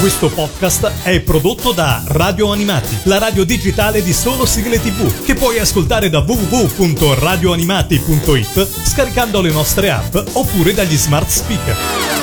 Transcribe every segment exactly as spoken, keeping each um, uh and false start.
Questo podcast è prodotto da Radio Animati, la radio digitale di solo sigle tivù, che puoi ascoltare da w w w punto radio animati punto i t scaricando le nostre app oppure dagli smart speaker.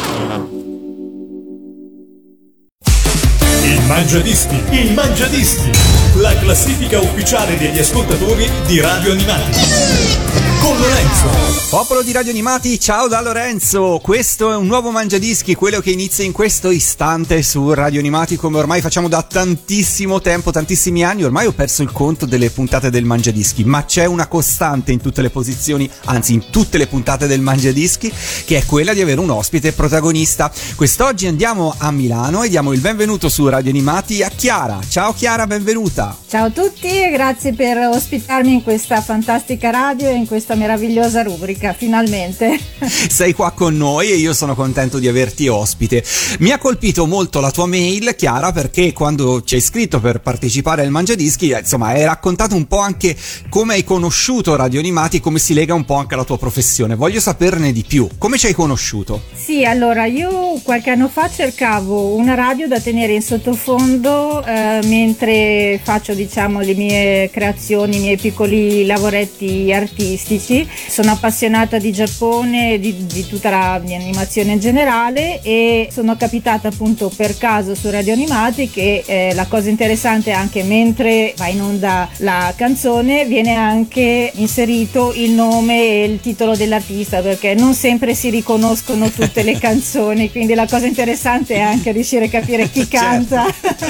Il Mangiadischi, il Mangiadischi, la classifica ufficiale degli ascoltatori di Radio Animati. Con Lorenzo. Popolo di Radio Animati, ciao da Lorenzo. Questo è un nuovo Mangiadischi, quello che inizia in questo istante su Radio Animati, come ormai facciamo da tantissimo tempo, tantissimi anni. Ormai ho perso il conto delle puntate del Mangiadischi, ma c'è una costante in tutte le posizioni, anzi in tutte le puntate del Mangiadischi, che è quella di avere un ospite protagonista. Quest'oggi andiamo a Milano e diamo il benvenuto su Radio Animati a Chiara. Ciao Chiara, benvenuta. Ciao a tutti e grazie per ospitarmi in questa fantastica radio e in questa meravigliosa rubrica, finalmente. Sei qua con noi e io sono contento di averti ospite. Mi ha colpito molto la tua mail, Chiara, perché quando ci hai scritto per partecipare al Mangiadischi, insomma, hai raccontato un po' anche come hai conosciuto Radio Animati e come si lega un po' anche alla tua professione. Voglio saperne di più. Come ci hai conosciuto? Sì, allora, io qualche anno fa cercavo una radio da tenere in sottofondo eh, mentre faccio, diciamo, le mie creazioni, i miei piccoli lavoretti artistici. Sono appassionata di Giappone, di, di tutta la mia animazione in generale, e sono capitata appunto per caso su Radio Animati che eh, la cosa interessante è anche mentre va in onda la canzone viene anche inserito il nome e il titolo dell'artista, perché non sempre si riconoscono tutte le canzoni, quindi la cosa interessante è anche riuscire a capire chi canta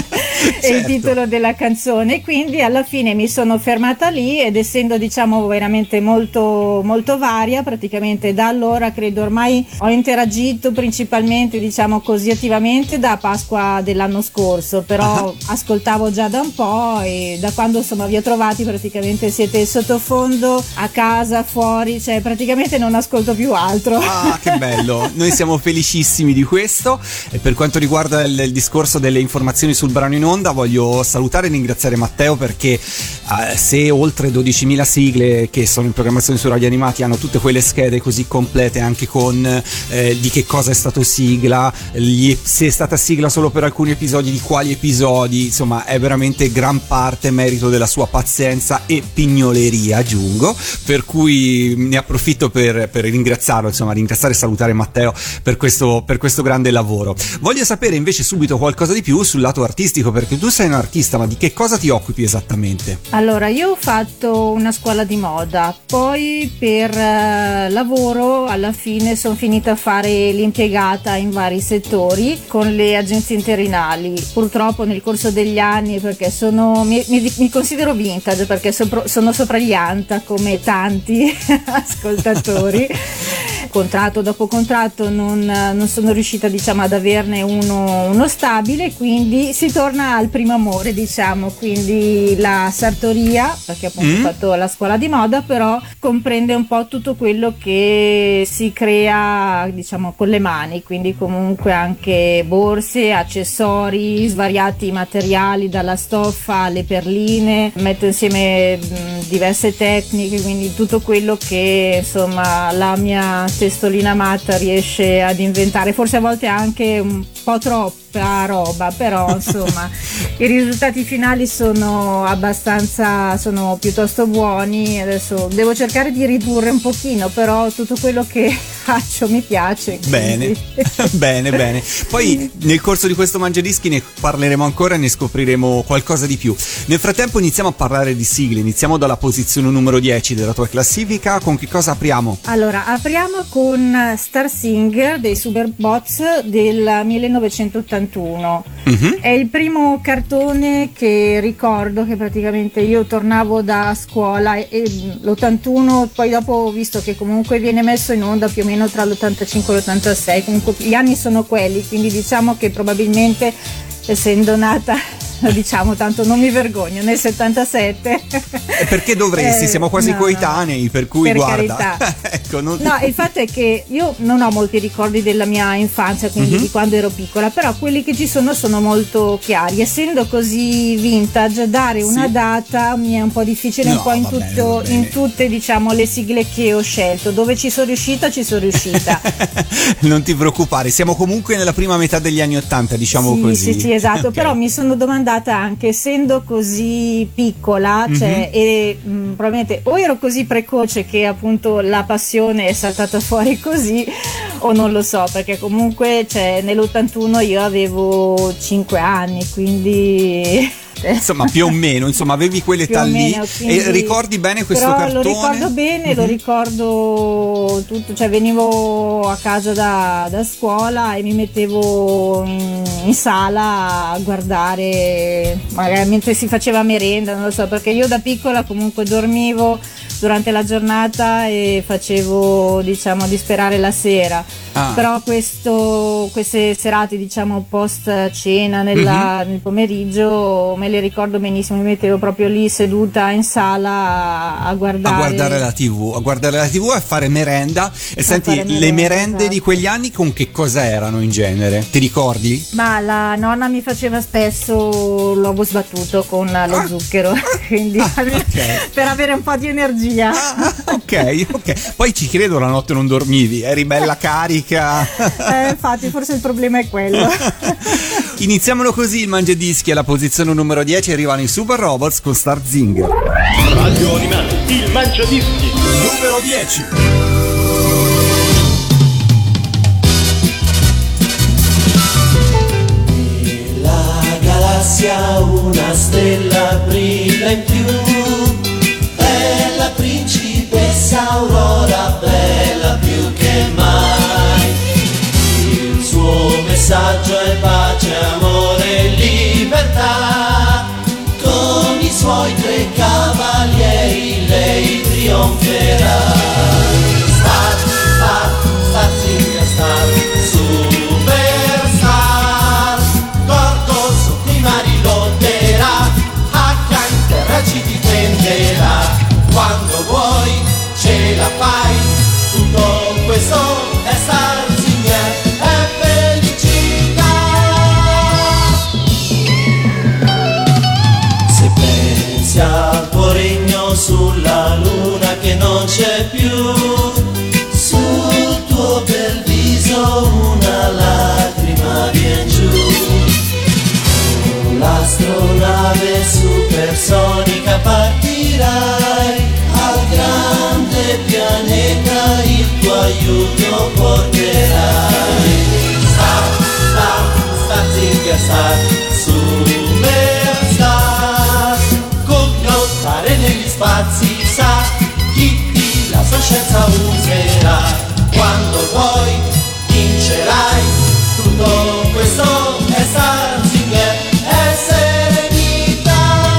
e certo. il titolo della canzone. Quindi alla fine mi sono fermata lì ed essendo, diciamo, veramente molto molto varia, praticamente da allora credo ormai ho interagito principalmente, diciamo così, attivamente da Pasqua dell'anno scorso, però uh-huh. ascoltavo già da un po' e da quando insomma vi ho trovati praticamente siete il sottofondo a casa, fuori, cioè praticamente non ascolto più altro. Ah, che bello, noi siamo felicissimi di questo. E per quanto riguarda il, il discorso delle informazioni sul brano in onda, voglio salutare e ringraziare Matteo perché uh, se oltre dodicimila sigle che sono in programmazione su Radio Animati hanno tutte quelle schede così complete anche con eh, di che cosa è stato sigla, gli, se è stata sigla solo per alcuni episodi, di quali episodi, insomma è veramente gran parte merito della sua pazienza e pignoleria, aggiungo, per cui ne approfitto per, per ringraziarlo, insomma ringraziare e salutare Matteo per questo, per questo grande lavoro. Voglio sapere invece subito qualcosa di più sul lato artistico, perché tu sei un artista, ma di che cosa ti occupi esattamente? Allora, io ho fatto una scuola di moda, poi per uh, lavoro alla fine sono finita a fare l'impiegata in vari settori con le agenzie interinali. Purtroppo nel corso degli anni, perché sono mi, mi, mi considero vintage perché sopra, sono sopra gli anta come tanti ascoltatori, contratto dopo contratto non, non sono riuscita, diciamo, ad averne uno, uno stabile, quindi si torna al primo amore, diciamo, quindi la sartoria, perché appunto mm. ho fatto la scuola di moda, però comprende un po' tutto quello che si crea, diciamo, con le mani, quindi comunque anche borse, accessori, svariati materiali, dalla stoffa alle perline, metto insieme mh, diverse tecniche, quindi tutto quello che insomma la mia testolina amata riesce ad inventare, forse a volte anche un po' troppa roba, però insomma i risultati finali sono abbastanza, sono piuttosto buoni. Adesso devo cercare di ridurre un pochino, però tutto quello che faccio mi piace. Bene, bene, bene. Poi nel corso di questo Mangiadischi ne parleremo ancora e ne scopriremo qualcosa di più. Nel frattempo iniziamo a parlare di sigle, iniziamo dalla posizione numero dieci della tua classifica. Con che cosa apriamo? Allora, apriamo con Star Singer dei Superbots del millenovecentottantuno. Uh-huh. È il primo cartone che ricordo, che praticamente io tornavo da scuola e, e l'ottantuno, poi dopo ho visto che comunque viene messo in onda più o meno tra l'ottantacinque e l'ottantasei, comunque gli anni sono quelli, quindi diciamo che probabilmente essendo nata diciamo, tanto non mi vergogno, nel settantasette. E perché dovresti? Eh, Siamo quasi no, coetanei, per cui per guarda. carità. ecco, non... No, il fatto è che io non ho molti ricordi della mia infanzia, quindi mm-hmm. di quando ero piccola, però quelli che ci sono sono molto chiari. Essendo così vintage, dare una sì. data mi è un po' difficile, no, un po' in, va tutto, bene, va bene. in tutte, diciamo, le sigle che ho scelto. Dove ci sono riuscita, ci sono riuscita. Non ti preoccupare, siamo comunque nella prima metà degli anni Ottanta, diciamo sì, così. Sì, sì, esatto. Okay. Però mi sono domandata anche, essendo così piccola, mm-hmm. cioè, e mh, probabilmente o ero così precoce che appunto la passione è saltata fuori così, o non lo so, perché comunque cioè, nell'ottantuno io avevo cinque anni, quindi insomma più o meno, insomma avevi quell'età lì meno, quindi... e ricordi bene questo però cartone? Lo ricordo bene, mm-hmm. lo ricordo tutto, cioè venivo a casa da, da scuola e mi mettevo in, in sala a guardare, magari mentre si faceva merenda, non lo so, perché io da piccola comunque dormivo durante la giornata e facevo, diciamo, disperare la sera. Ah. Però questo, queste serate, diciamo, post cena nella, mm-hmm. nel pomeriggio me le ricordo benissimo, mi mettevo proprio lì seduta in sala a, a guardare a guardare la tivù, a guardare la tivù e a fare merenda. E a senti, merenda, le merende esatto. di quegli anni con che cosa erano in genere? Ti ricordi? Ma la nonna mi faceva spesso l'uovo sbattuto con lo ah. zucchero, quindi ah, okay. per avere un po' di energia. Ah, ok, ok. Poi ci credo, la notte non dormivi, eri bella carica. Eh, infatti, forse il problema è quello. Iniziamolo così il Mangiadischi. Alla posizione numero dieci arrivano i Super Robots con Star Zinger. Radio Animati, il Mangiadischi numero dieci. Nella galassia una stella brilla in più, è la principessa Aurora, bella più che mai. Il suo messaggio è pace, amore e libertà. Con i suoi tre cavalieri lei trionferà. Star, star, star, Zinger, star, superstar. Corto sotto i mari lotterà, acca in terra ci difenderà. Quando vuoi ce la fai, tutto questo è Star Zinger, è felicità. Se pensi al tuo regno sulla luna che non c'è più, sul tuo bel viso una lacrima vien giù. Con l'astronave supersonica partirai al grande pianeta, il tuo aiuto porterai. Star, star, star, Zinger, star, superstar. Complottare negli spazi sa chi ti la sua scienza userà. Quando vuoi vincerai, tutto questo è Star Zinger, è serenità.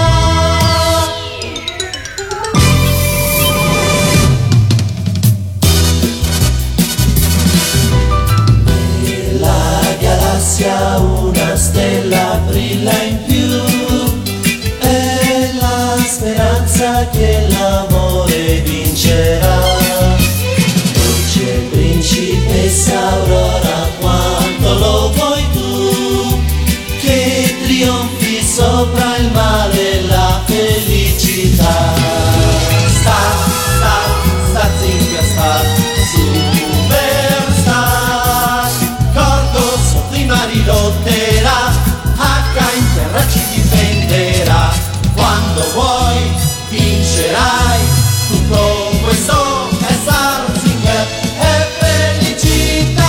Nella galassia una stella brilla in più, è la speranza che l'amore vincerà. Dolce principessa Aurora, quanto lo vuoi tu, che trionfi sopra il male e la felicità. Star, star, star, Zinger, star, superstar. Corto sotto i mari lotterà, acca in terra ci difenderà. Quando vuoi vincerai, tutto questo è Star Zinger, è felicità.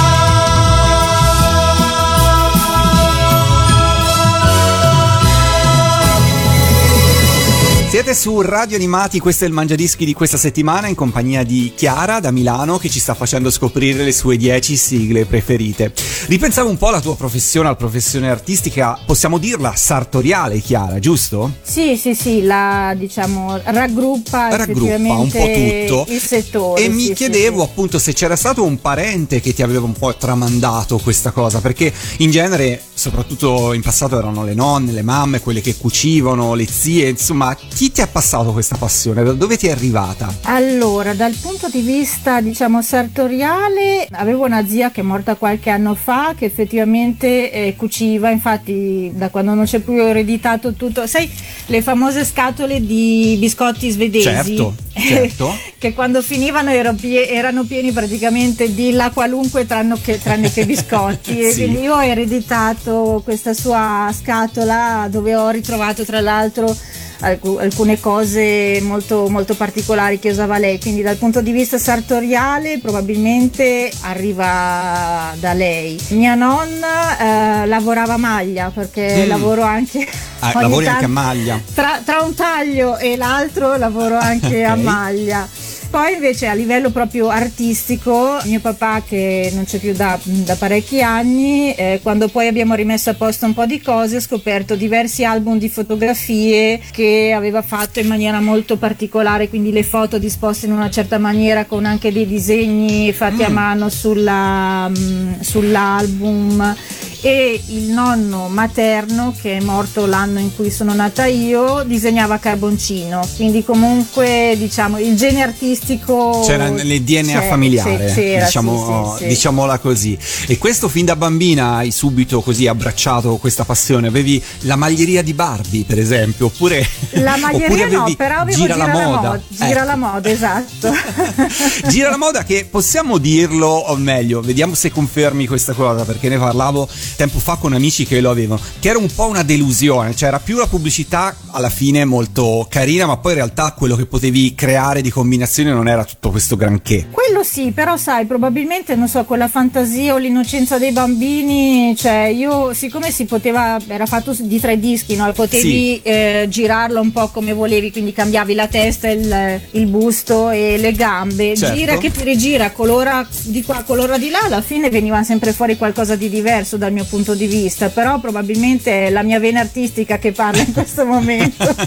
Siete su Radio Animati, questo è il Mangiadischi di questa settimana in compagnia di Chiara da Milano che ci sta facendo scoprire le sue dieci sigle preferite. Ripensavo un po' alla tua professione, alla professione artistica, possiamo dirla sartoriale, Chiara, giusto? Sì, sì, sì, la diciamo raggruppa, raggruppa un po' tutto il settore. E sì, mi sì, chiedevo sì. appunto se c'era stato un parente che ti aveva un po' tramandato questa cosa, perché in genere soprattutto in passato erano le nonne, le mamme, quelle che cucivano, le zie, insomma, chi ti ha passato questa passione? Da dove ti è arrivata? Allora, dal punto di vista, diciamo, sartoriale, avevo una zia che è morta qualche anno fa, che effettivamente eh, cuciva, infatti da quando non c'è più ho ereditato tutto, sai, le famose scatole di biscotti svedesi? Certo, certo. Che quando finivano erano, pie- erano pieni praticamente di la qualunque tranne che, tranne che biscotti. E sì. quindi io ho ereditato questa sua scatola dove ho ritrovato tra l'altro alc- alcune cose molto, molto particolari che usava lei, quindi dal punto di vista sartoriale probabilmente arriva da lei. Mia nonna eh, lavorava a maglia, perché mm. lavoro anche ah, lavori tanto, anche a maglia tra, tra un taglio e l'altro lavoro anche okay. a maglia. Poi invece a livello proprio artistico, mio papà, che non c'è più da, da parecchi anni, eh, quando poi abbiamo rimesso a posto un po' di cose, ho scoperto diversi album di fotografie che aveva fatto in maniera molto particolare, quindi le foto disposte in una certa maniera con anche dei disegni fatti mm. a mano sulla, mh, sull'album. E il nonno materno, che è morto l'anno in cui sono nata io, disegnava carboncino, quindi comunque diciamo il gene artistico c'era nel D N A familiare, c'era, diciamo, sì, sì, diciamola così. E questo fin da bambina hai subito così abbracciato questa passione? Avevi la maglieria di Barbie, per esempio, oppure la maglieria no, però avevo gira, gira la moda, la moda gira ecco. la moda, esatto. Gira la moda, che possiamo dirlo, o meglio, vediamo se confermi questa cosa, perché ne parlavo tempo fa con amici che lo avevano, che era un po' una delusione, cioè era più la pubblicità alla fine molto carina, ma poi in realtà quello che potevi creare di combinazione non era tutto questo granché. Quello sì, però sai, probabilmente non so, quella fantasia o l'innocenza dei bambini, cioè io, siccome si poteva, era fatto di tre dischi, no? Potevi sì. eh, girarlo un po' come volevi, quindi cambiavi la testa, il, il busto e le gambe, certo. gira che ti rigira, colora di qua, colora di là, alla fine veniva sempre fuori qualcosa di diverso dal mio punto di vista, però probabilmente è la mia vena artistica che parla in questo momento.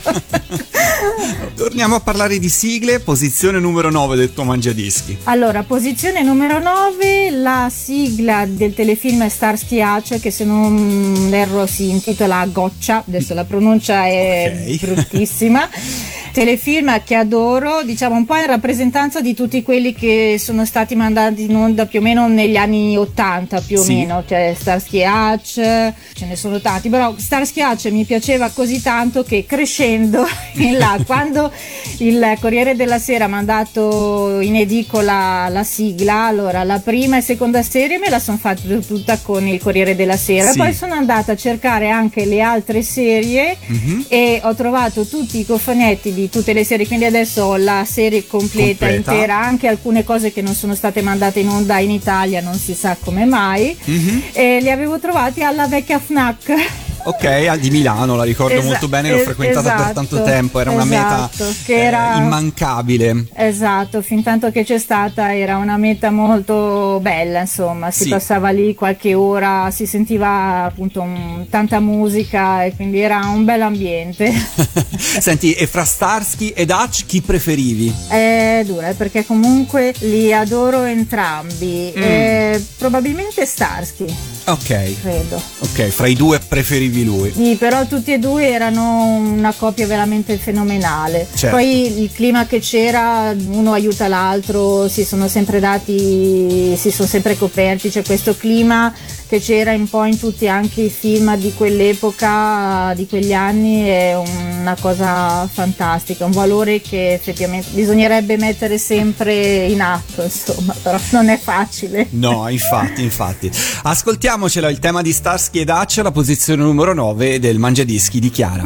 Torniamo a parlare di sigle. Posizione numero nove del tuo mangiadischi. Allora, posizione numero nove, la sigla del telefilm Starsky Hutch, che se non erro si intitola Goccia, adesso la pronuncia è okay. bruttissima. Telefilm che adoro, diciamo un po' in rappresentanza di tutti quelli che sono stati mandati in onda più o meno negli anni ottanta, più o sì. meno, cioè Starsky Hutch, ce ne sono tanti, però Starsky Hutch mi piaceva così tanto che crescendo in là, quando il Corriere della Sera ha mandato in edicola la sigla, allora la prima e seconda serie me la sono fatta tutta con il Corriere della Sera, sì. poi sono andata a cercare anche le altre serie mm-hmm. e ho trovato tutti i cofanetti di tutte le serie, quindi adesso ho la serie completa, completa, intera, anche alcune cose che non sono state mandate in onda in Italia, non si sa come mai, mm-hmm. e li avevo trovati alla vecchia Fnac. Ok, di Milano, la ricordo Esa- molto bene, l'ho frequentata esatto, per tanto tempo, era esatto, una meta che era, eh, immancabile. Esatto, fin tanto che c'è stata era una meta molto bella, insomma, si sì. passava lì qualche ora, si sentiva appunto un, tanta musica e quindi era un bel ambiente. Senti, e fra Starsky ed Hutch chi preferivi? È dura, perché comunque li adoro entrambi, mm. eh, probabilmente Starsky. Ok, credo. Ok, fra i due preferivi lui. Sì, però tutti e due erano una coppia veramente fenomenale. Certo. Poi il clima che c'era, uno aiuta l'altro, si sono sempre dati, si sono sempre coperti, c'è questo clima che c'era un po' in tutti anche i film di quell'epoca, di quegli anni, è una cosa fantastica, un valore che effettivamente bisognerebbe mettere sempre in atto, insomma, però non è facile. No, infatti, infatti. Ascoltiamocela, il tema di Starsky ed Hutch, la posizione numero nove del Mangiadischi di Chiara.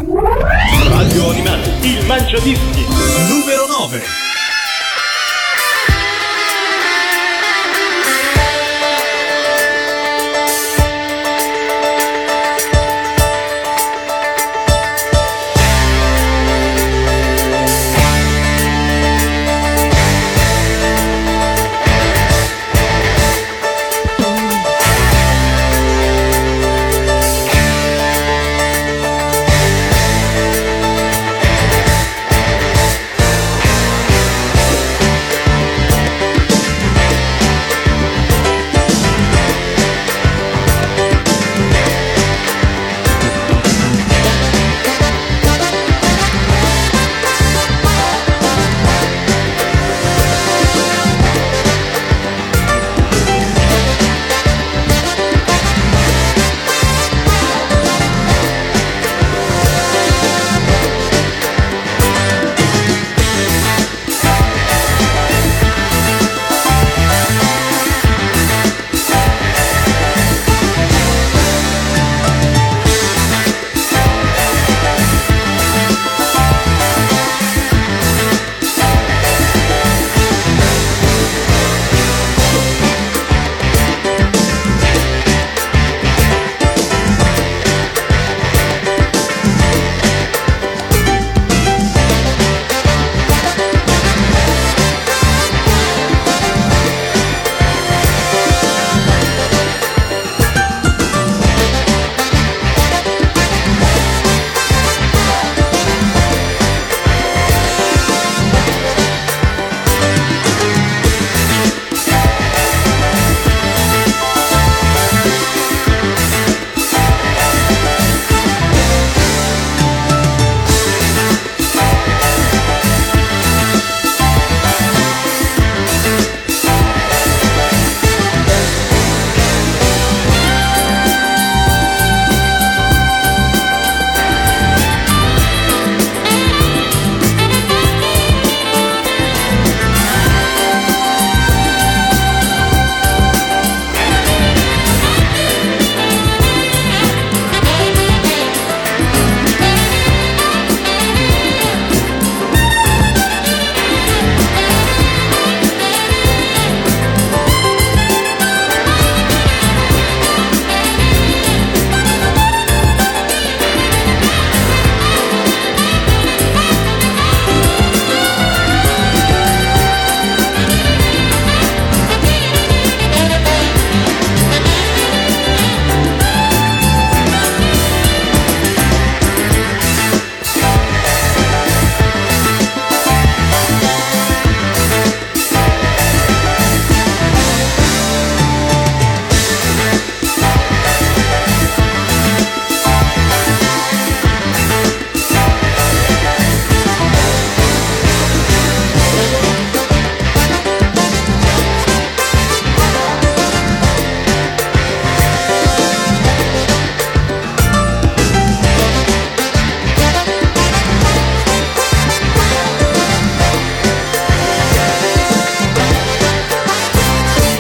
Radio Animati, il Mangiadischi numero nove.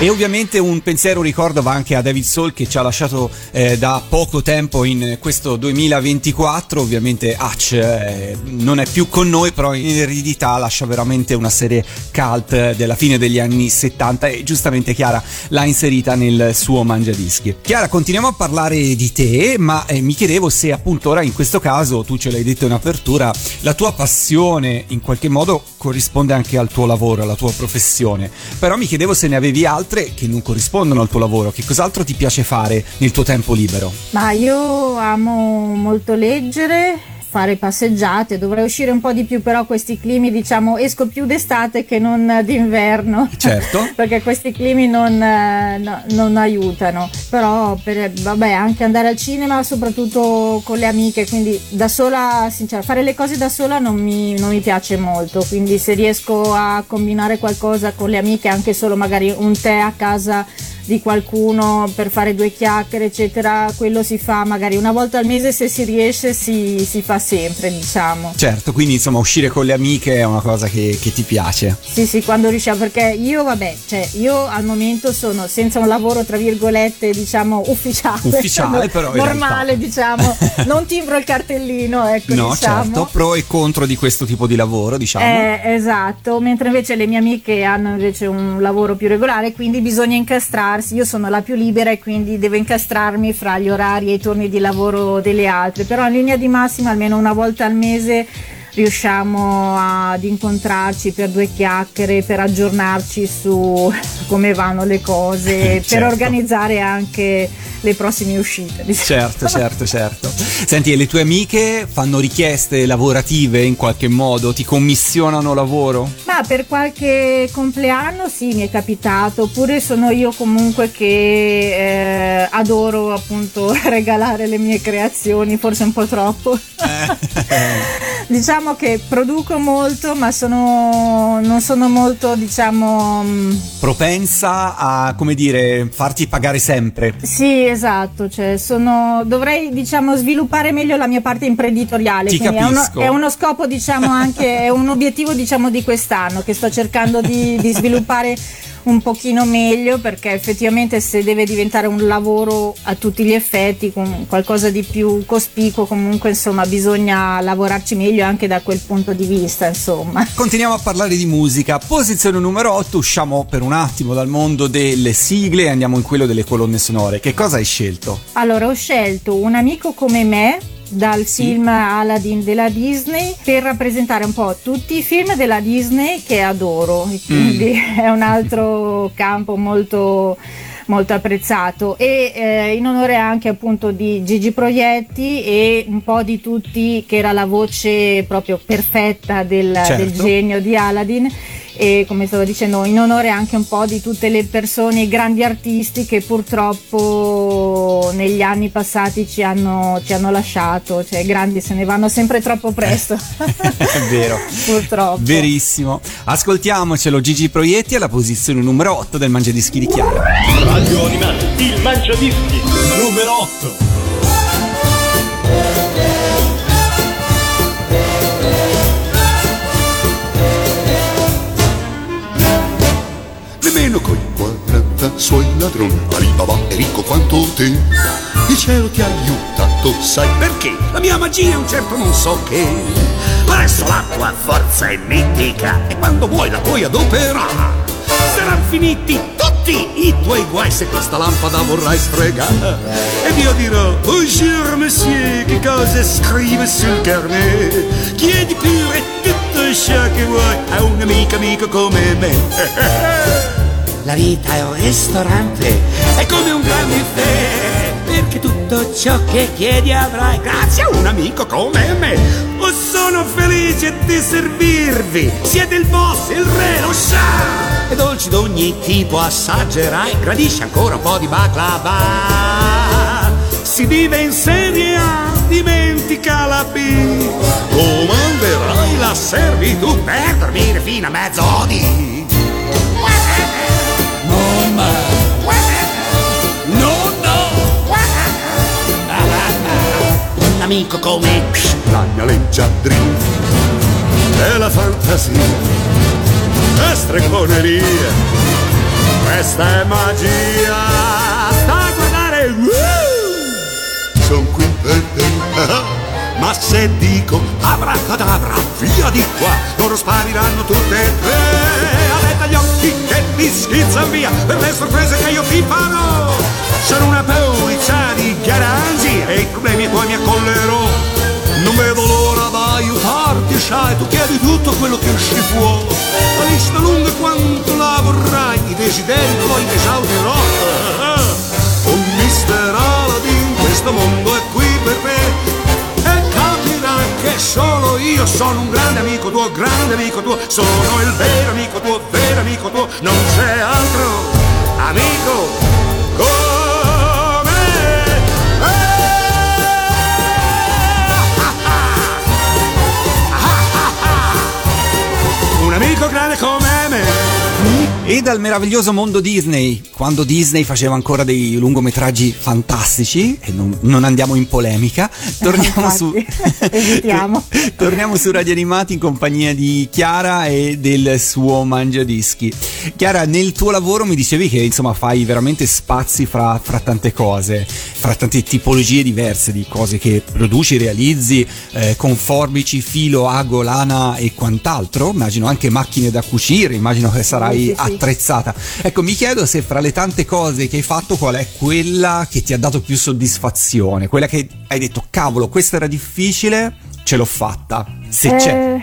E ovviamente un pensiero, un ricordo va anche a David Soul, che ci ha lasciato eh, da poco tempo in questo duemilaventiquattro. Ovviamente Hutch eh, non è più con noi, però in eredità lascia veramente una serie cult della fine degli anni settanta, e giustamente Chiara l'ha inserita nel suo mangiadischi. Chiara, continuiamo a parlare di te, ma eh, mi chiedevo se appunto ora in questo caso, tu ce l'hai detto in apertura, la tua passione in qualche modo corrisponde anche al tuo lavoro, alla tua professione, però mi chiedevo se ne avevi altre che non corrispondono al tuo lavoro. Che cos'altro ti piace fare nel tuo tempo libero? Ma io amo molto leggere, fare passeggiate, dovrei uscire un po' di più, però questi climi, diciamo, esco più d'estate che non d'inverno. Certo. Perché questi climi non, no, non aiutano. Però per, vabbè, anche andare al cinema, soprattutto con le amiche, quindi da sola, sincero, fare le cose da sola non mi, non mi piace molto, quindi se riesco a combinare qualcosa con le amiche, anche solo magari un tè a casa di qualcuno per fare due chiacchiere eccetera, quello si fa magari una volta al mese, se si riesce si, si fa sempre, diciamo. Certo, quindi insomma uscire con le amiche è una cosa che, che ti piace. Sì sì, quando riusciamo, perché io vabbè, cioè io al momento sono senza un lavoro tra virgolette diciamo ufficiale, ufficiale però normale diciamo, non timbro il cartellino, ecco. No, diciamo. certo, pro e contro di questo tipo di lavoro, diciamo. Eh, esatto, mentre invece le mie amiche hanno invece un lavoro più regolare, quindi bisogna incastrare. Io sono la più libera e quindi devo incastrarmi fra gli orari e i turni di lavoro delle altre, però in linea di massima almeno una volta al mese riusciamo ad incontrarci per due chiacchiere, per aggiornarci su come vanno le cose, certo. Per organizzare anche le prossime uscite, diciamo. Certo, certo, certo. Senti, e le tue amiche fanno richieste lavorative in qualche modo? Ti commissionano lavoro? Ma per qualche compleanno sì, mi è capitato, oppure sono io comunque che eh, adoro appunto regalare le mie creazioni, forse un po' troppo. Diciamo che produco molto, ma sono non sono molto, diciamo, propensa a, come dire, farti pagare sempre. Sì, esatto, cioè sono dovrei, diciamo, sviluppare meglio la mia parte imprenditoriale. Ti quindi capisco. È uno, è uno scopo, diciamo, anche è un obiettivo, diciamo, di quest'anno che sto cercando di, di sviluppare un pochino meglio, perché effettivamente se deve diventare un lavoro a tutti gli effetti, con qualcosa di più cospicuo, comunque insomma bisogna lavorarci meglio anche da quel punto di vista, insomma. Continuiamo a parlare di musica. Posizione numero otto, usciamo per un attimo dal mondo delle sigle e andiamo in quello delle colonne sonore. Che cosa hai scelto? Allora, ho scelto Un amico come me dal sì. film Aladdin della Disney, per rappresentare un po' tutti i film della Disney che adoro, e quindi mm. è un altro campo molto molto apprezzato, e eh, in onore anche appunto di Gigi Proietti e un po' di tutti, che era la voce proprio perfetta del, certo. del genio di Aladdin. E come stavo dicendo, in onore anche un po' di tutte le persone, i grandi artisti che purtroppo negli anni passati ci hanno, ci hanno lasciato, cioè grandi se ne vanno sempre troppo presto. È vero, purtroppo. Verissimo. Ascoltiamocelo, Gigi Proietti alla posizione numero otto del Mangiadischi di Chiara. Radio Animati, il Mangiadischi numero otto. Nemmeno coi quaranta suoi ladroni Alibaba è ricco quanto te. Il cielo ti ha aiutato, sai perché? La mia magia un certo non so che. Adesso la tua forza è mitica e quando vuoi la puoi adoperare. Saranno finiti tutti i tuoi guai se questa lampada vorrai sfregare. Ed io dirò, bonjour monsieur, che cosa scrive sul carnet? Chiedi pure tutto ciò che vuoi a un amico amico come me. La vita è un ristorante, è come un gran buffet, perché tutto ciò che chiedi avrai grazie a un amico come me. Oh, sono felice di servirvi, siete il boss, il re, lo chef. E dolci d'ogni tipo assaggerai, gradisci ancora un po' di baklava. Si vive in Serie A, dimentica la B. Comanderai la servitù per dormire fino a mezzodì. Mamma, no, no. Un amico come la mia leggiadria è la fantasia, la stregoneria questa è magia, sta a guardare, uh! Son qui per te, ma se dico abracadabra, via di qua, loro spariranno tutte e tre, avete gli occhi che mi schizzano via per le sorprese che io vi farò. Sono una pauriccia di garanzi e i problemi poi mi accollerò. Non vedo l'ora da aiutarti, sai, tu chiedi tutto quello che si può. La lista lunga quanto la vorrai, i desideri poi li esaudirò. Un mister Aladdin, questo mondo è qui per te, e capirai che solo io sono un grande amico tuo, grande amico tuo. Sono il vero amico tuo, vero amico tuo, non c'è altro amico come un amico grande come me. E dal meraviglioso mondo Disney, quando Disney faceva ancora dei lungometraggi fantastici, e non, non andiamo in polemica, torniamo su evitiamo. torniamo su Radio Animati in compagnia di Chiara e del suo Mangiadischi. Chiara, nel tuo lavoro mi dicevi che insomma fai veramente spazi fra, fra tante cose, fra tante tipologie diverse di cose che produci, realizzi, eh, con forbici, filo, ago, lana e quant'altro. Immagino anche macchine da cucire, immagino che sarai sì, sì, sì. attrezzata. Ecco, mi chiedo se fra le tante cose che hai fatto qual è quella che ti ha dato più soddisfazione, quella che hai detto cavolo, questa era difficile, ce l'ho fatta, se eh... c'è.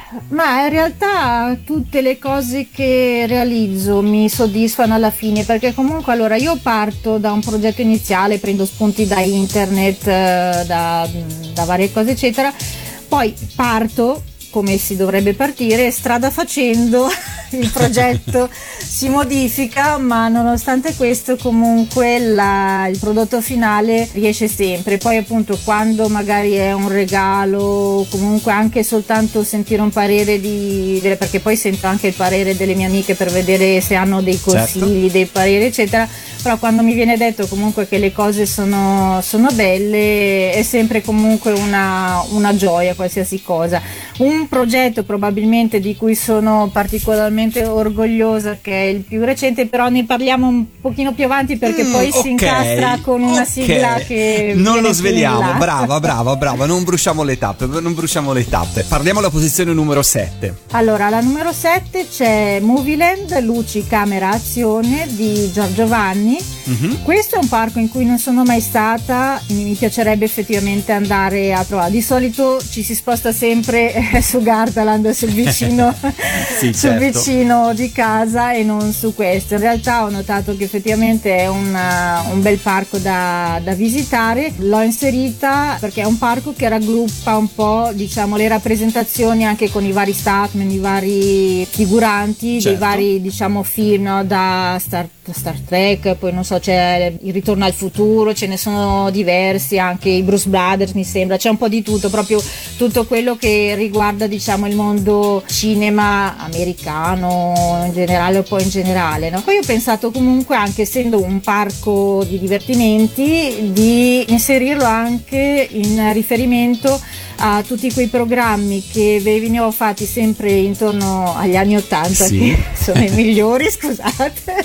Ma in realtà tutte le cose che realizzo mi soddisfano alla fine, perché comunque allora io parto da un progetto iniziale, prendo spunti da internet, da, da varie cose eccetera, poi parto come si dovrebbe partire, strada facendo il progetto si modifica, ma nonostante questo comunque la, il prodotto finale riesce sempre. Poi appunto quando magari è un regalo, comunque anche soltanto sentire un parere di, perché poi sento anche il parere delle mie amiche per vedere se hanno dei consigli, certo, dei pareri eccetera, però quando mi viene detto comunque che le cose sono, sono belle è sempre comunque una, una gioia qualsiasi cosa. Un progetto probabilmente di cui sono particolarmente orgogliosa, che è il più recente, però ne parliamo un pochino più avanti perché mm, poi okay, si incastra con una okay. sigla che non lo sveliamo. Brava, brava, brava, non bruciamo le tappe, non bruciamo le tappe. Parliamo alla posizione numero sette. Allora, alla numero sette c'è Movieland, luci, camera, azione di Giorgio Vanni. Mm-hmm. Questo è un parco in cui non sono mai stata, mi piacerebbe effettivamente andare a provare. Di solito ci si sposta sempre su Gardaland, sul vicino, sì, sul certo. vicino di casa e non su questo. In realtà ho notato che effettivamente è una, un bel parco da, da visitare. L'ho inserita perché è un parco che raggruppa un po', diciamo, le rappresentazioni anche con i vari statman, i vari figuranti, certo, dei vari, diciamo, film, no? Da Star, Star Trek, poi non so, c'è il Ritorno al futuro, ce ne sono diversi, anche i Bruce Brothers mi sembra, c'è un po' di tutto, proprio tutto quello che riguarda, diciamo, il mondo cinema americano in generale, o poi in generale, no? Poi ho pensato comunque, anche essendo un parco di divertimenti, di inserirlo anche in riferimento a tutti quei programmi che venivano fatti sempre intorno agli anni ottanta, sì, che sono i migliori, scusate.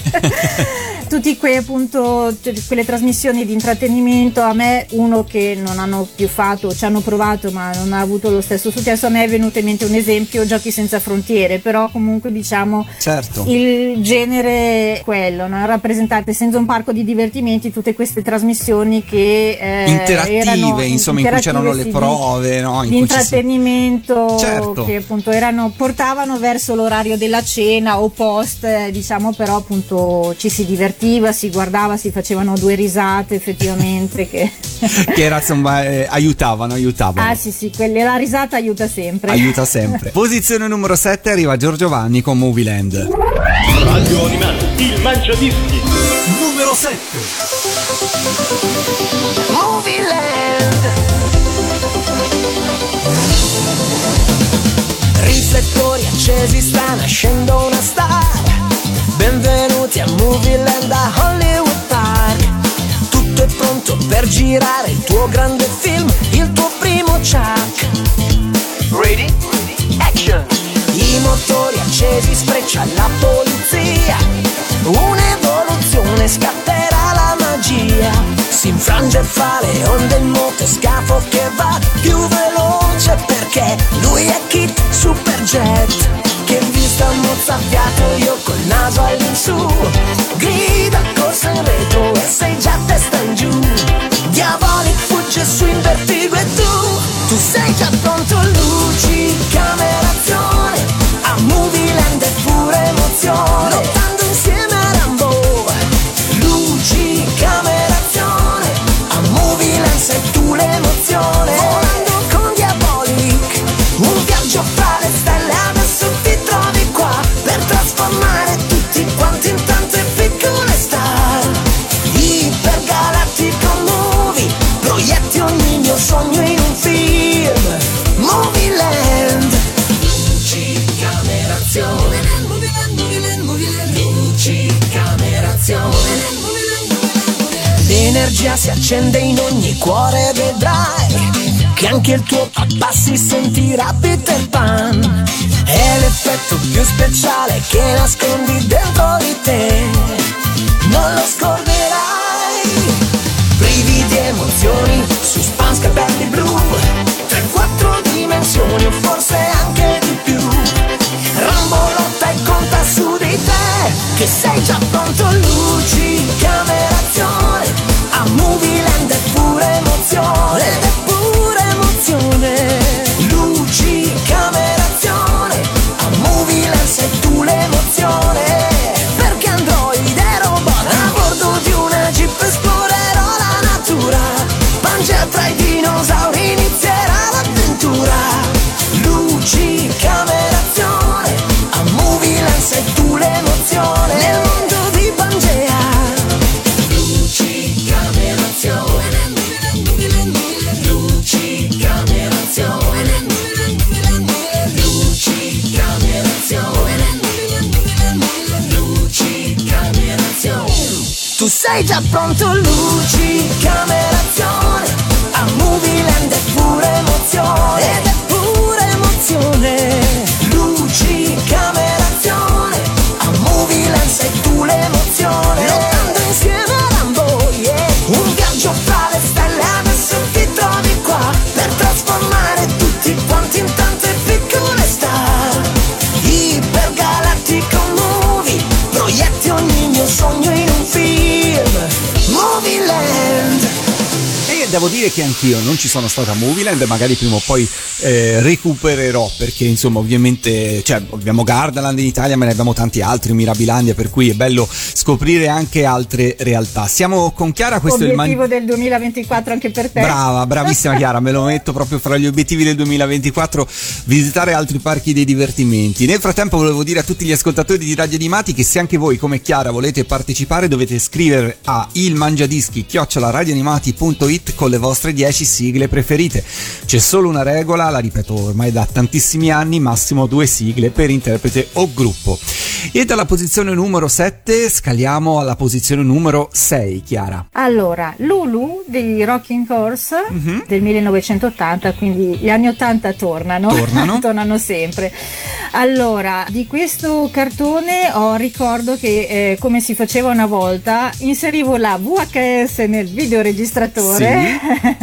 Tutti quei, appunto, quelle trasmissioni di intrattenimento. A me, uno che non hanno più fatto, ci hanno provato ma non ha avuto lo stesso successo, a me è venuto in mente un esempio, Giochi senza frontiere, però comunque, diciamo, certo, il genere è quello, no? Rappresentate, essendo un parco di divertimenti, tutte queste trasmissioni che eh, interattive, erano insomma, in cui c'erano le prove, no? In di intrattenimento, si... certo, che appunto erano, portavano verso l'orario della cena o post, eh, diciamo, però appunto ci si divertiva, si guardava, si facevano due risate effettivamente che, che era, insomma, eh, aiutavano, aiutavano. Ah sì sì, quelle, la risata aiuta sempre. Aiuta sempre. Posizione numero sette arriva Giorgio Vanni con Movieland. Radio Animati, il Mangiadischi. Numero sette. Movieland. Riflettori accesi, sta nascendo una star. Benvenuti a Movieland, a Hollywood Park. Tutto è pronto per girare il tuo grande film, il tuo primo Chuck. Ready? Action! I motori accesi, sfreccia la polizia. Un le onde il motoscafo che va più veloce, perché lui è Kit Superjet, che vista mozzafiato io col naso all'insù, grida corsa in retro e sei già testa in giù, Diavolic fugge su in vertigo e tu, tu sei già pronto, luci, camera, azione, a Movieland è pure emozione, lottando insieme a Rambo, luci, camera, azione, a Movieland sei tu l'emozione, volando con Diavolic, un viaggio fra le stelle, adesso ti trovi qua per trasformare tutti quanti in tante piccole star, ipergalattico movie, proietti ogni mio sogno in un film, Movieland, luci, camera, azione, luci, camera, azione, l'energia si accende in ogni cuore, vedrai che anche il tuo papà si sentirà Peter Pan, è l'effetto più speciale che nascondi dentro di te, non lo scorderai, brividi, emozioni, suspense, capelli blu, tre quattro dimensioni o forse anche di più, Rambo lotta e conta su di te, che sei già pronto, luci, camera, azione, a Movieland è pure emozione, ed è pure emozione, luci, camera, azione, a Movieland sei tu l'emozione, perché android e robot a bordo di una Jeep esplorerò la natura, Pangea tra i dinosauri inizierà l'avventura, luci, camera, azione, a Movieland sei tu l'emozione, nel mondo di Pangea, luci, camera, azione, luci, camera, azione, luci, camera, azione, luci, camera, azione, tu sei già pronto, luci, camera, azione, a Movieland è pure emozione, ed è pure emozione, luci, camera, azione, a Movieland sei tu l'emozione, lottando insieme a Rambo, yeah, un viaggio fra le stelle, adesso ti trovi qua per trasformare tutti quanti in tante piccole star, ipergalattico movie, proietti ogni mio sogno in un film, Movieland. E devo dire che anch'io non ci sono stato a Movieland, magari prima o poi eh, recupererò, perché insomma ovviamente cioè, abbiamo Gardaland in Italia, ma ne abbiamo tanti altri, Mirabilandia, per cui è bello scoprire anche altre realtà. Siamo con Chiara, questo obiettivo è il man- del duemilaventiquattro anche per te. Brava, bravissima Chiara, me lo metto proprio fra gli obiettivi del duemilaventiquattro, visitare altri parchi dei divertimenti. Nel frattempo volevo dire a tutti gli ascoltatori di Radio Animati che se anche voi come Chiara volete partecipare dovete scrivere a ilmangiadischi chiocciola radioanimati punto it con le vostre dieci sigle preferite. C'è solo una regola, la ripeto ormai da tantissimi anni, massimo due sigle per interprete o gruppo. E dalla posizione numero sette scaliamo alla posizione numero sei, Chiara. Allora, Lulu dei Rocking Horse Mm-hmm. del millenovecentottanta, quindi gli anni ottanta tornano, Tornano. tornano sempre. Allora, di questo cartone ho ricordo che eh, come si faceva una volta, inserivo la V H S nel videoregistratore,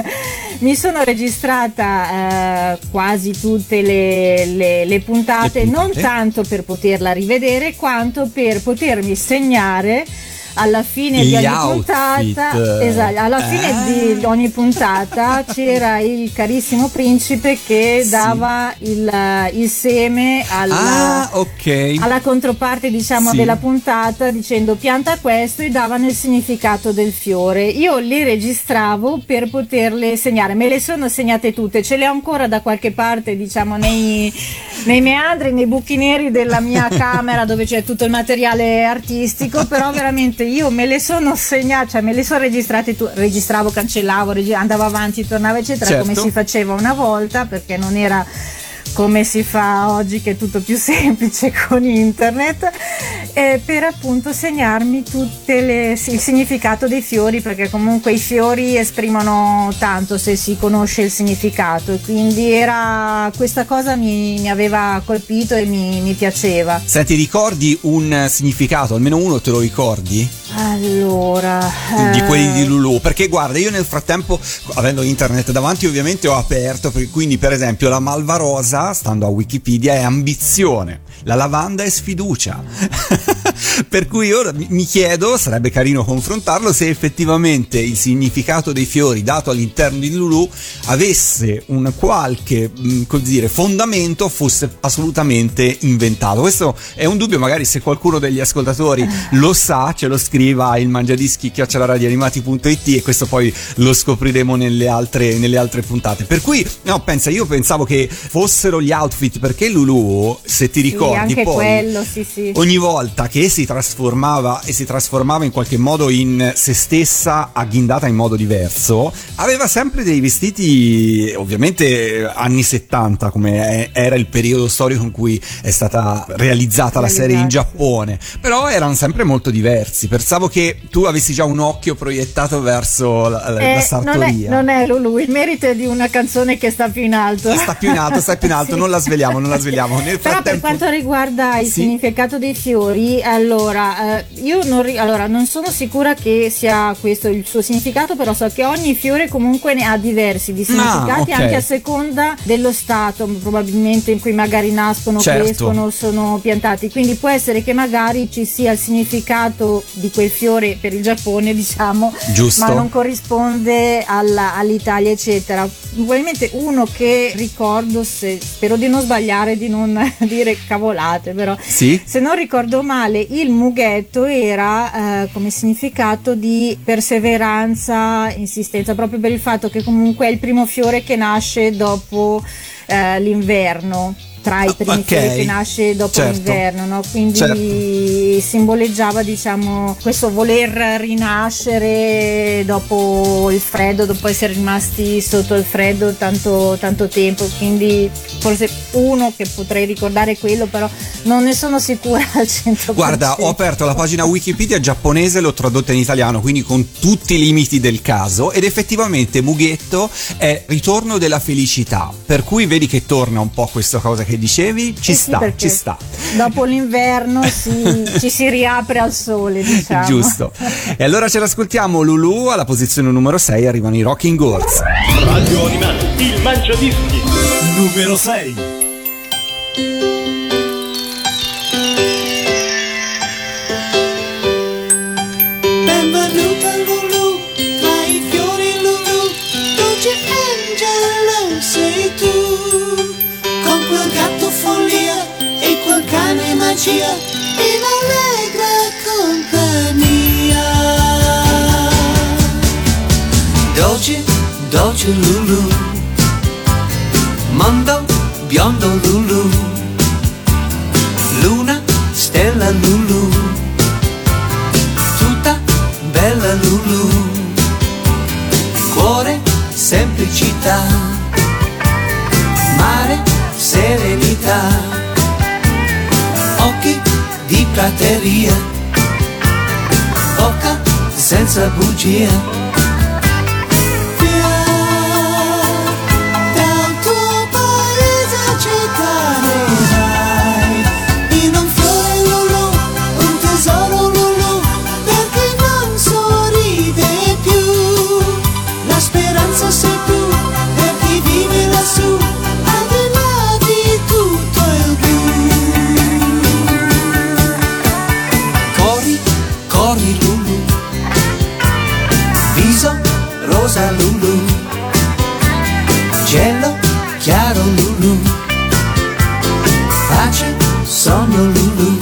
mi sono registrata eh, quasi tutte le, le, le, puntate, le puntate, non tanto per poterla rivedere quanto per potermi segnare alla fine Gli di ogni outfit. puntata, esatto, alla fine Ah. di ogni puntata c'era il carissimo principe che Sì. dava il, il seme alla, Ah, ok. alla controparte, diciamo, Sì. della puntata, dicendo pianta questo, e davano il significato del fiore. Io le registravo per poterle segnare, me le sono segnate tutte, ce le ho ancora da qualche parte, diciamo, nei, nei meandri, nei buchi neri della mia camera dove c'è tutto il materiale artistico, però veramente io me le sono segnate, cioè me le sono registrate, tu, registravo, cancellavo, regi- andavo avanti, tornavo eccetera, Certo. come si faceva una volta, perché non era come si fa oggi che è tutto più semplice con internet, eh, per appunto segnarmi tutte le, il significato dei fiori, perché comunque i fiori esprimono tanto se si conosce il significato, e quindi era questa cosa mi, mi aveva colpito e mi, mi piaceva. Senti, ricordi un significato, almeno uno te lo ricordi? Allora, di eh, quelli di Lulu, perché guarda, io nel frattempo, avendo internet davanti, ovviamente ho aperto, quindi per esempio la malva rosa, stando a Wikipedia, è ambizione, la lavanda è sfiducia. Per cui ora mi chiedo, sarebbe carino confrontarlo, se effettivamente il significato dei fiori dato all'interno di Lulu avesse un qualche, così dire, fondamento, fosse assolutamente inventato. Questo è un dubbio, magari se qualcuno degli ascoltatori lo sa, ce lo scriva a ilmangiadischi chiocciola radioanimati punto it, e questo poi lo scopriremo nelle altre, nelle altre puntate. Per cui, no, pensa, io pensavo che fossero gli outfit, perché Lulu, se ti ricordi, sì, anche poi quello, sì, sì. ogni volta che si trasformava e si trasformava in qualche modo in se stessa, agghindata in modo diverso, aveva sempre dei vestiti, ovviamente anni settanta, come era il periodo storico in cui è stata realizzata la serie in Giappone, però erano sempre molto diversi. Pensavo che tu avessi già un occhio proiettato verso la, eh, la sartoria. Non è, non è Lulu, il merito è di una canzone che sta più in alto. Sta più in alto, sta più in alto, sì. non la sveliamo, non la sveliamo. Nel Però frattempo... per quanto riguarda il sì? significato dei fiori, allora eh, io non, ri- allora non sono sicura che sia questo il suo significato, però so che ogni fiore comunque ne ha diversi di significati, ah, okay. anche a seconda dello stato probabilmente in cui magari nascono, certo. crescono, sono piantati, quindi può essere che magari ci sia il significato di quel fiore per il Giappone, diciamo, giusto, ma non corrisponde alla, all'Italia eccetera. Probabilmente uno che ricordo, se, spero di non sbagliare, di non dire cavolate, però sì? se non ricordo male il mughetto era eh, come significato di perseveranza, insistenza, proprio per il fatto che comunque è il primo fiore che nasce dopo eh, l'inverno, tra i primi okay. fiori che nasce dopo certo. l'inverno, no? Quindi certo. simboleggiava, diciamo, questo voler rinascere dopo il freddo, dopo essere rimasti sotto il freddo tanto, tanto tempo, quindi forse uno che potrei ricordare quello, però non ne sono sicura al cento per cento. Guarda, ho aperto la pagina Wikipedia giapponese, l'ho tradotta in italiano, quindi con tutti i limiti del caso, ed effettivamente mughetto è ritorno della felicità, per cui vedi che torna un po' questa cosa che dicevi, ci eh sta, sì, ci sta. Dopo l'inverno si, ci si riapre al sole, diciamo. Giusto. E allora ce l'ascoltiamo, Lulu, alla posizione numero sei arrivano i Rocking Horse. Radio Animati, il mangiadischi. Numero sei. Benvenuta Lulu, tra i fiori Lulu, dolce angelo sei tu. Con quel gatto follia e quel cane magia, in allegra compagnia. Dolce, dolce Lulu, mondo biondo Lulu, luna, stella Lulu, tutta bella Lulu, cuore, semplicità, mare, serenità, occhi di prateria, bocca senza bugia. Via dal tuo paese cittadino, in un fiore Lulu, un tesoro Lulu, perché non sorride più. La speranza sei tu, per chi vive lassù, al di là di tutto il blu. Corri, corri Lulu, viso rosa Lulu, cielo chiaro Lulu, pace, sogno Lulu,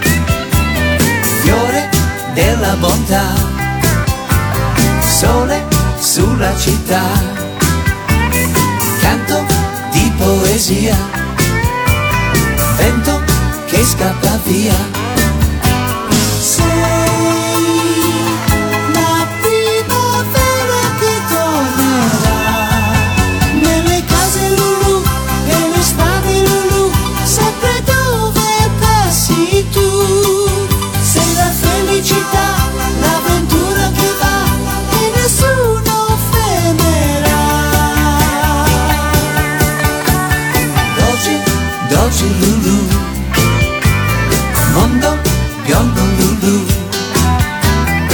fiore della bontà, sole sulla città, canto di poesia, vento che scappa via. Sei la primavera che tornerà nelle case Lulu, nelle strade Lulu, sempre dove passi tu. Sei la felicità, l'avventura che va e nessuno fermerà. Dolce, dolce Lulu, mondo biondo Lulu,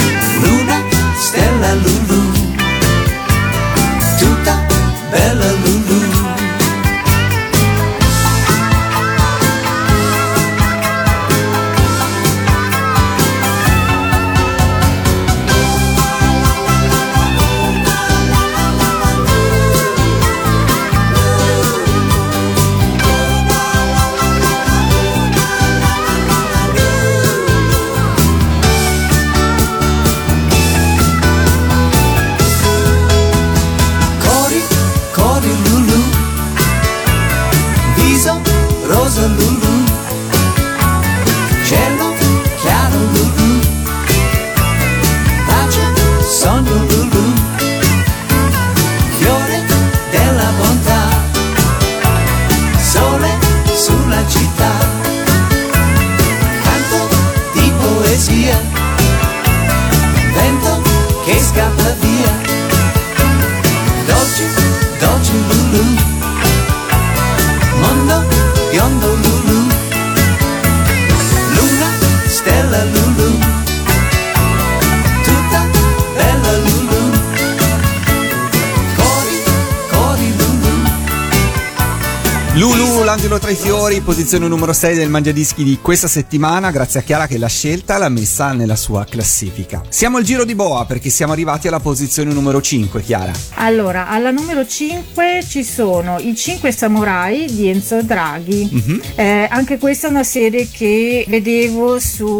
Lulu, l'angelo tra i fiori, posizione numero sei del Mangiadischi di questa settimana, grazie a Chiara che l'ha scelta e l'ha messa nella sua classifica. Siamo al giro di boa perché siamo arrivati alla posizione numero cinque, Chiara. Allora, alla numero cinque ci sono i Cinque Samurai di Enzo Draghi. Mm-hmm. Eh, anche questa è una serie che vedevo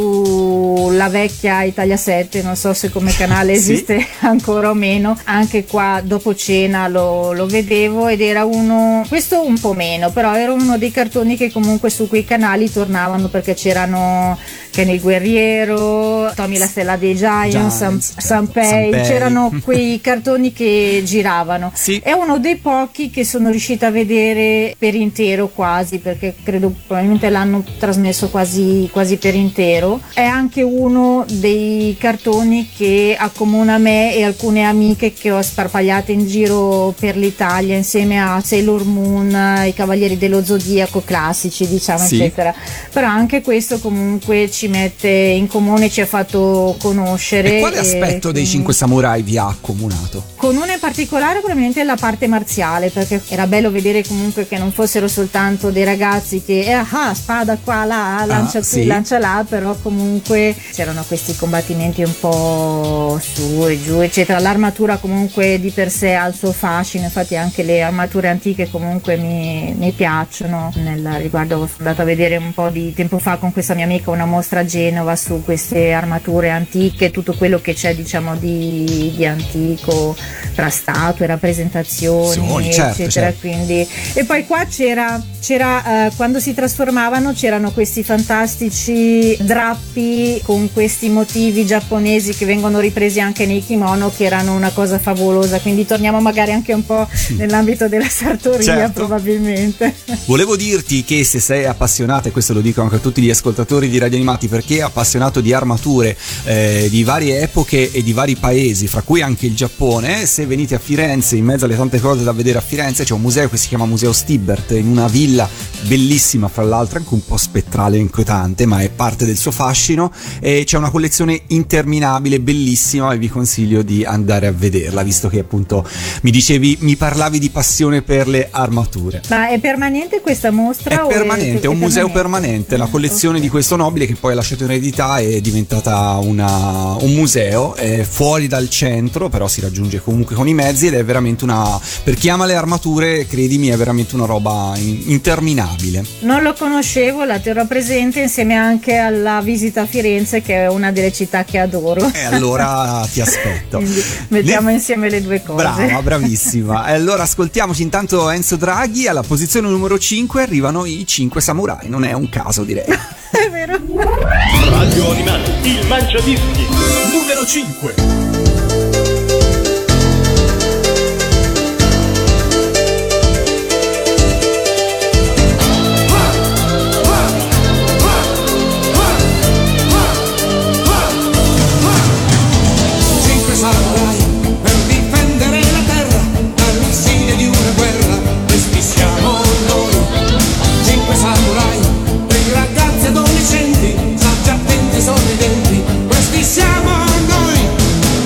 sulla vecchia Italia sette, non so se come canale esiste sì. ancora o meno. Anche qua dopo cena lo, lo vedevo ed era uno, questo un po' meno, però era uno dei cartoni che comunque su quei canali tornavano, perché c'erano Ken il Guerriero, Tommy la Stella dei Giants, Giants Sanpei, c'erano quei cartoni che giravano. Sì. È uno dei pochi che sono riuscita a vedere per intero quasi, perché credo probabilmente l'hanno trasmesso quasi, quasi per intero. È anche uno dei cartoni che accomuna me e alcune amiche che ho sparpagliate in giro per l'Italia insieme a Sailor Moon, i Cavalieri dello Zodiaco classici, diciamo, sì. eccetera. Però anche questo comunque ci mette in comune, ci ha fatto conoscere. E quale aspetto e, dei Cinque Samurai vi ha accomunato? Con uno in particolare probabilmente la parte marziale, perché era bello vedere comunque che non fossero soltanto dei ragazzi che eh, ah, spada qua là, lancia ah, qui, sì. lancia là, però comunque c'erano questi combattimenti un po' su e giù, eccetera. L'armatura comunque di per sé ha il suo fascino, infatti anche le armature antiche comunque mi, mi piacciono. Nel riguardo sono andata a vedere un po' di tempo fa con questa mia amica una mostra a Genova su queste armature antiche, tutto quello che c'è diciamo di, di antico tra statue, rappresentazioni, Sony, eccetera, certo, certo. Quindi e poi qua c'era c'era eh, quando si trasformavano c'erano questi fantastici drappi con questi motivi giapponesi che vengono ripresi anche nei kimono, che erano una cosa favolosa, quindi torniamo magari anche un po' nell'ambito della sartoria, certo. probabilmente. Volevo dirti che se sei appassionata, e questo lo dico anche a tutti gli ascoltatori di Radio Animati, perché appassionato di armature eh, di varie epoche e di vari paesi, fra cui anche il Giappone, se venite a Firenze, in mezzo alle tante cose da vedere a Firenze, c'è un museo che si chiama Museo Stibbert, in una villa bellissima, fra l'altro anche un po' spettrale e inquietante, ma è parte del suo fascino, e c'è una collezione interminabile, bellissima, e vi consiglio di andare a vederla, visto che appunto mi dicevi, mi parlavi di passione per le armature. Ma è permanente questa mostra? È o permanente, è, è un permanente? museo permanente, la collezione okay. di questo nobile che poi ha lasciato in eredità, è diventata una, un museo, è fuori dal centro, però si raggiunge comunque con i mezzi, ed è veramente una, per chi ama le armature, credimi, è veramente una roba interminabile. Non lo conoscevo, la terrò presente insieme anche alla visita a Firenze, che è una delle città che adoro. E allora ti aspetto. Quindi mettiamo le... insieme le due cose. Brava, bravissima. E allora ascoltiamoci intanto Enzo Draghi. Alla posizione numero cinque arrivano i Cinque Samurai, non è un caso, direi. È vero. Radio Animati, il Mangiadischi numero cinque. Sorridenti, questi siamo noi.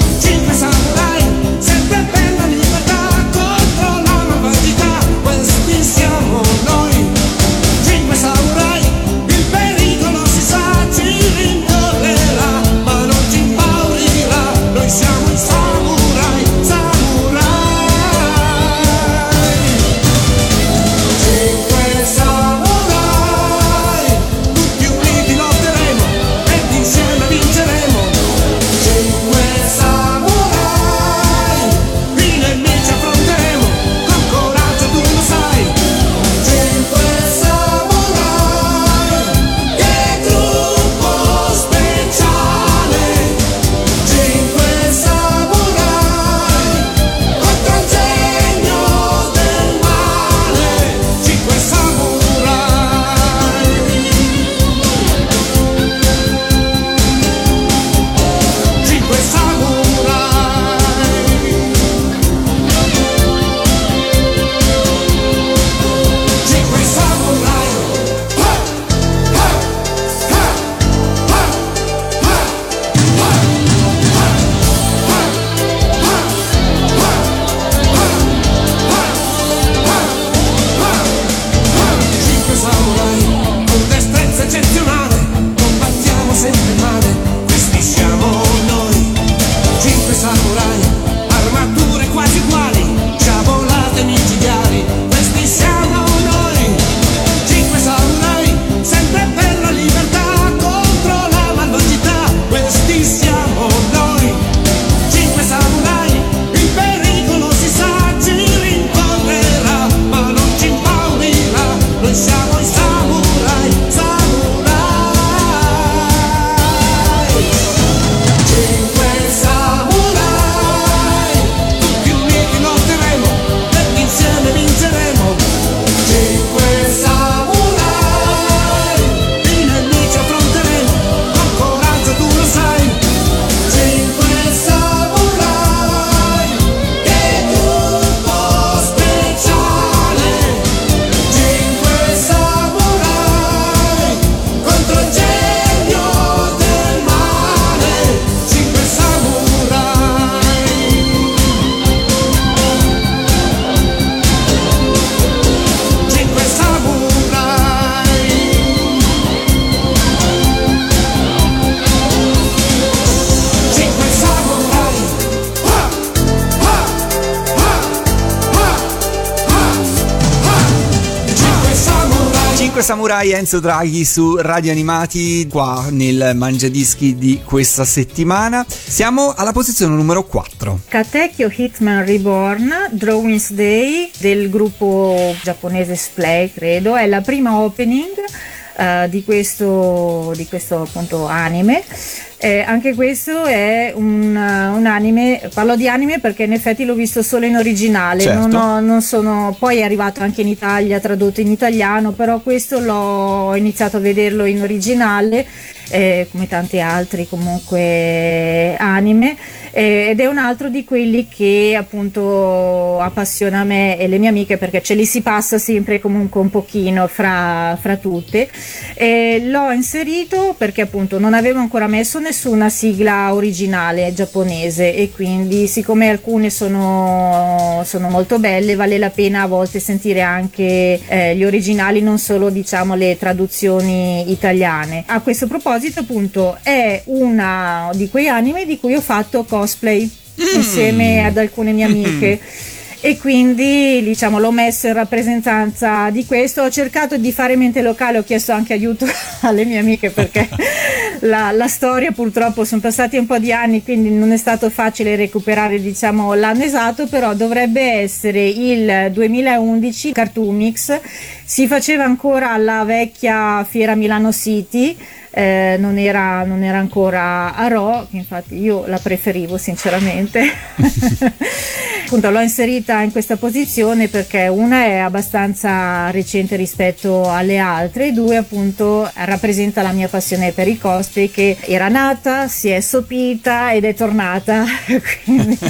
Cinque Samurai, Enzo Draghi su Radio Animati, qua nel Mangiadischi di questa settimana. Siamo alla posizione numero quattro. Katekyo Hitman Reborn, Drawings Day del gruppo giapponese Splay, credo, è la prima opening uh, di questo di questo appunto anime. Eh, anche questo è un, uh, un anime, parlo di anime perché in effetti l'ho visto solo in originale, certo. non ho, non sono, poi è arrivato anche in Italia, tradotto in italiano, però questo l'ho iniziato a vederlo in originale, eh, come tanti altri comunque anime, eh, ed è un altro di quelli che appunto appassiona me e le mie amiche, perché ce li si passa sempre comunque un pochino fra, fra tutte. E l'ho inserito perché appunto non avevo ancora messo nessuna sigla originale giapponese, e quindi siccome alcune sono, sono molto belle, vale la pena a volte sentire anche eh, gli originali, non solo diciamo le traduzioni italiane. A questo proposito appunto è una di quei anime di cui ho fatto cosplay mm. insieme ad alcune mie amiche. Mm. E quindi diciamo l'ho messo in rappresentanza di questo. Ho cercato di fare mente locale, ho chiesto anche aiuto alle mie amiche perché la, la storia, purtroppo sono passati un po' di anni, quindi non è stato facile recuperare diciamo l'anno esatto, però dovrebbe essere il duemilaundici. Cartoonix si faceva ancora alla vecchia Fiera Milano City. Eh, non era, non era ancora a Ro, che infatti io la preferivo sinceramente. Appunto l'ho inserita in questa posizione perché una è abbastanza recente rispetto alle altre, due appunto rappresenta la mia passione per i cosplay, che era nata, si è sopita ed è tornata. Quindi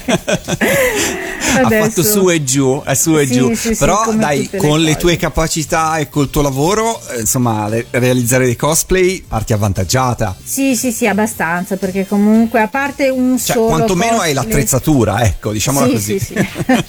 ha fatto su e giù, è su e sì, giù, sì, però sì, dai, con le, le tue capacità e col tuo lavoro, insomma, re- realizzare dei cosplay parti avvantaggiata. Sì, sì, sì, abbastanza, perché comunque a parte un cioè, solo quantomeno cosplay... hai l'attrezzatura, ecco, diciamola sì, così. Sì,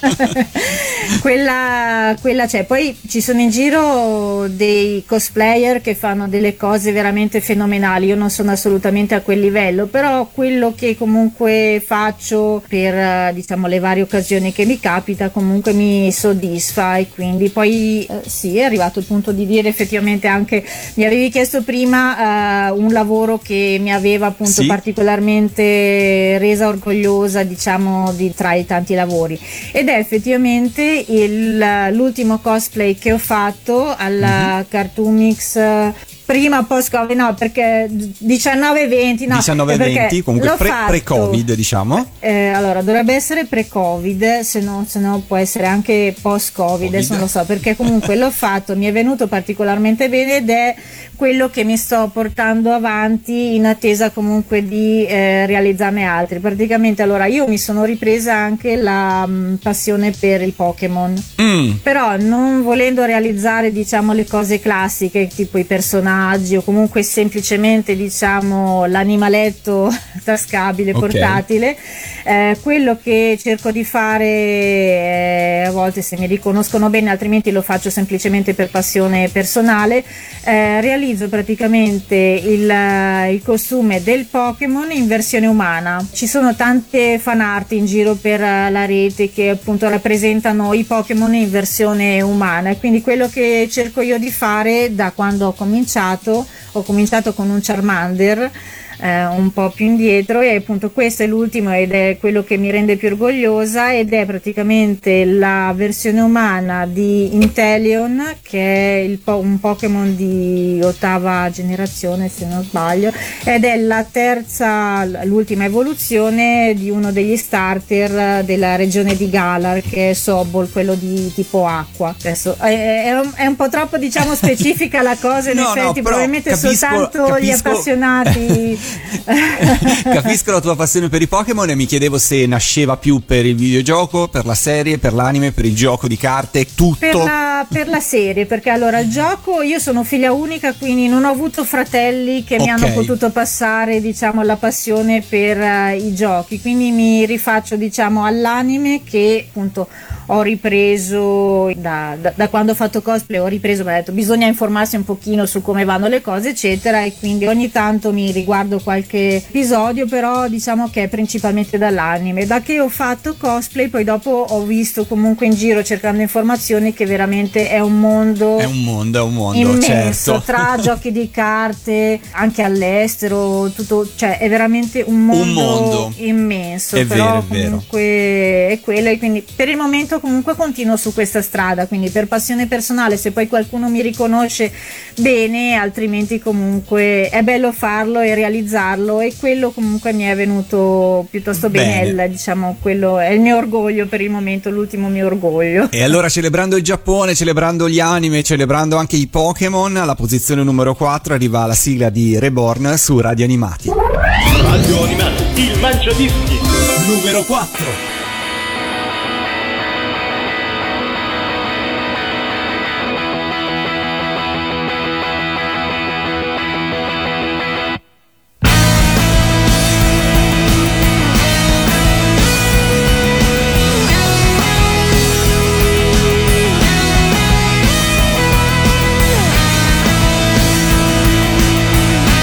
sì. quella, quella c'è. Poi ci sono in giro dei cosplayer che fanno delle cose veramente fenomenali. Io non sono assolutamente a quel livello, però quello che comunque faccio per diciamo le varie occasioni che mi capita comunque mi soddisfa, e quindi poi eh, sì, è arrivato il punto di dire effettivamente anche, mi avevi chiesto prima uh, un lavoro che mi aveva appunto sì. particolarmente resa orgogliosa diciamo di tra i tanti lavori, ed è effettivamente il, l'ultimo cosplay che ho fatto alla mm-hmm. Cartoonix prima post Covid, no, perché diciannove venti, no, diciannove venti comunque pre, pre-Covid, diciamo. Eh, allora dovrebbe essere pre-Covid, se no, se no può essere anche post-Covid, adesso non lo so, perché comunque l'ho fatto, mi è venuto particolarmente bene ed è quello che mi sto portando avanti in attesa comunque di eh, realizzarne altri. Praticamente allora io mi sono ripresa anche la mh, passione per i Pokémon, mm. però non volendo realizzare diciamo le cose classiche tipo i personaggi o comunque semplicemente diciamo l'animaletto tascabile, okay. portatile, eh, quello che cerco di fare eh, a volte se mi riconoscono bene, altrimenti lo faccio semplicemente per passione personale, eh, realizzo praticamente il, il costume del Pokémon in versione umana. Ci sono tante fan art in giro per la rete che appunto rappresentano i Pokémon in versione umana, e quindi quello che cerco io di fare da quando ho cominciato ho cominciato con un Charmander eh, un po' più indietro, e appunto questo è l'ultimo ed è quello che mi rende più orgogliosa, ed è praticamente la versione umana di Inteleon, che è il po- un Pokémon di ottava generazione se non sbaglio, ed è la terza, l'ultima evoluzione di uno degli starter della regione di Galar, che è Sobol, quello di tipo acqua. Adesso è, è, un, è un po' troppo diciamo specifica la cosa, in no, effetti no, probabilmente capisco, soltanto capisco. gli appassionati capisco la tua passione per i Pokémon, e mi chiedevo se nasceva più per il videogioco, per la serie, per l'anime, per il gioco di carte, tutto. Per la, per la serie, perché allora il gioco, io sono figlia unica, quindi non ho avuto fratelli che okay. mi hanno potuto passare diciamo la passione per uh, i giochi, quindi mi rifaccio diciamo all'anime, che appunto ho ripreso da, da, da quando ho fatto cosplay, ho ripreso, mi ho detto bisogna informarsi un pochino su come vanno le cose eccetera, e quindi ogni tanto mi riguardo qualche episodio, però diciamo che è principalmente dall'anime. Da che ho fatto cosplay poi dopo ho visto comunque in giro cercando informazioni che veramente veramente è un mondo è un mondo, è un mondo, immenso, certo. tra giochi di carte anche all'estero, tutto, cioè è veramente un mondo, un mondo. immenso, è però vero, è vero. comunque è quello, e quindi per il momento comunque continuo su questa strada, quindi per passione personale, se poi qualcuno mi riconosce bene, altrimenti comunque è bello farlo e realizzarlo, e quello comunque mi è venuto piuttosto bene, Bene. il, diciamo quello è il mio orgoglio per il momento, l'ultimo mio orgoglio. E allora, celebrando il Giappone, celebrando gli anime, celebrando anche i Pokémon, alla posizione numero quattro arriva la sigla di Reborn su Radio Animati. Radio Animati, il Mangiadischi, numero quattro.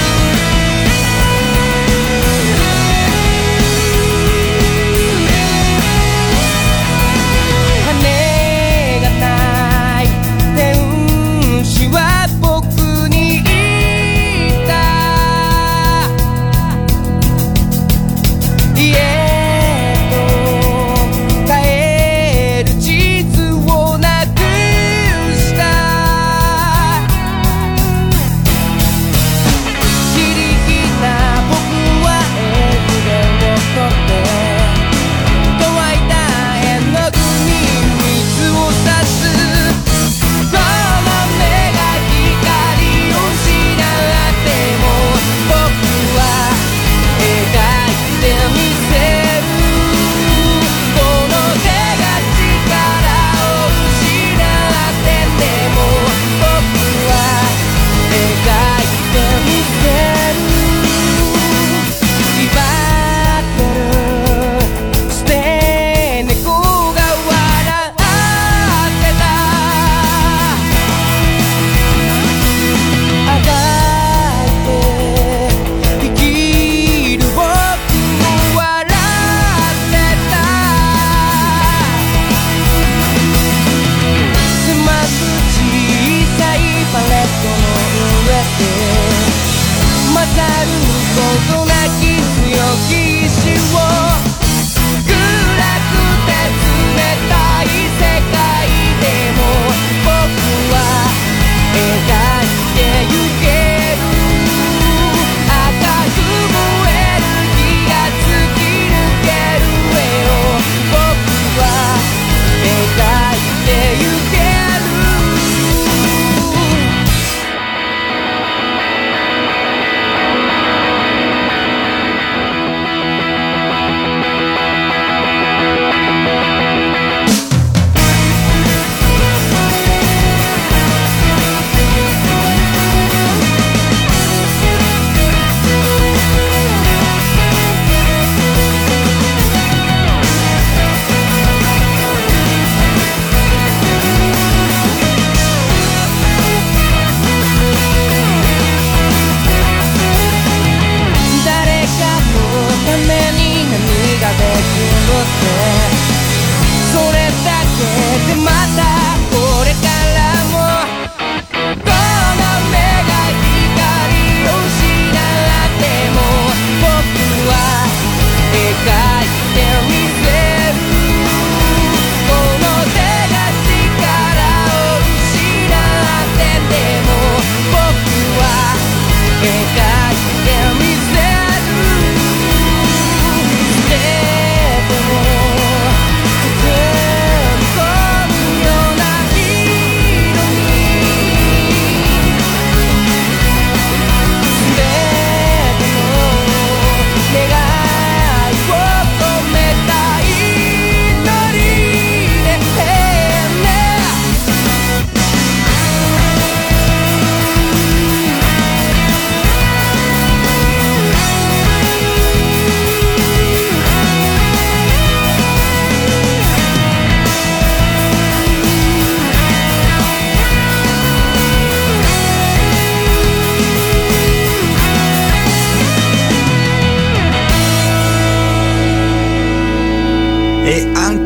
Thank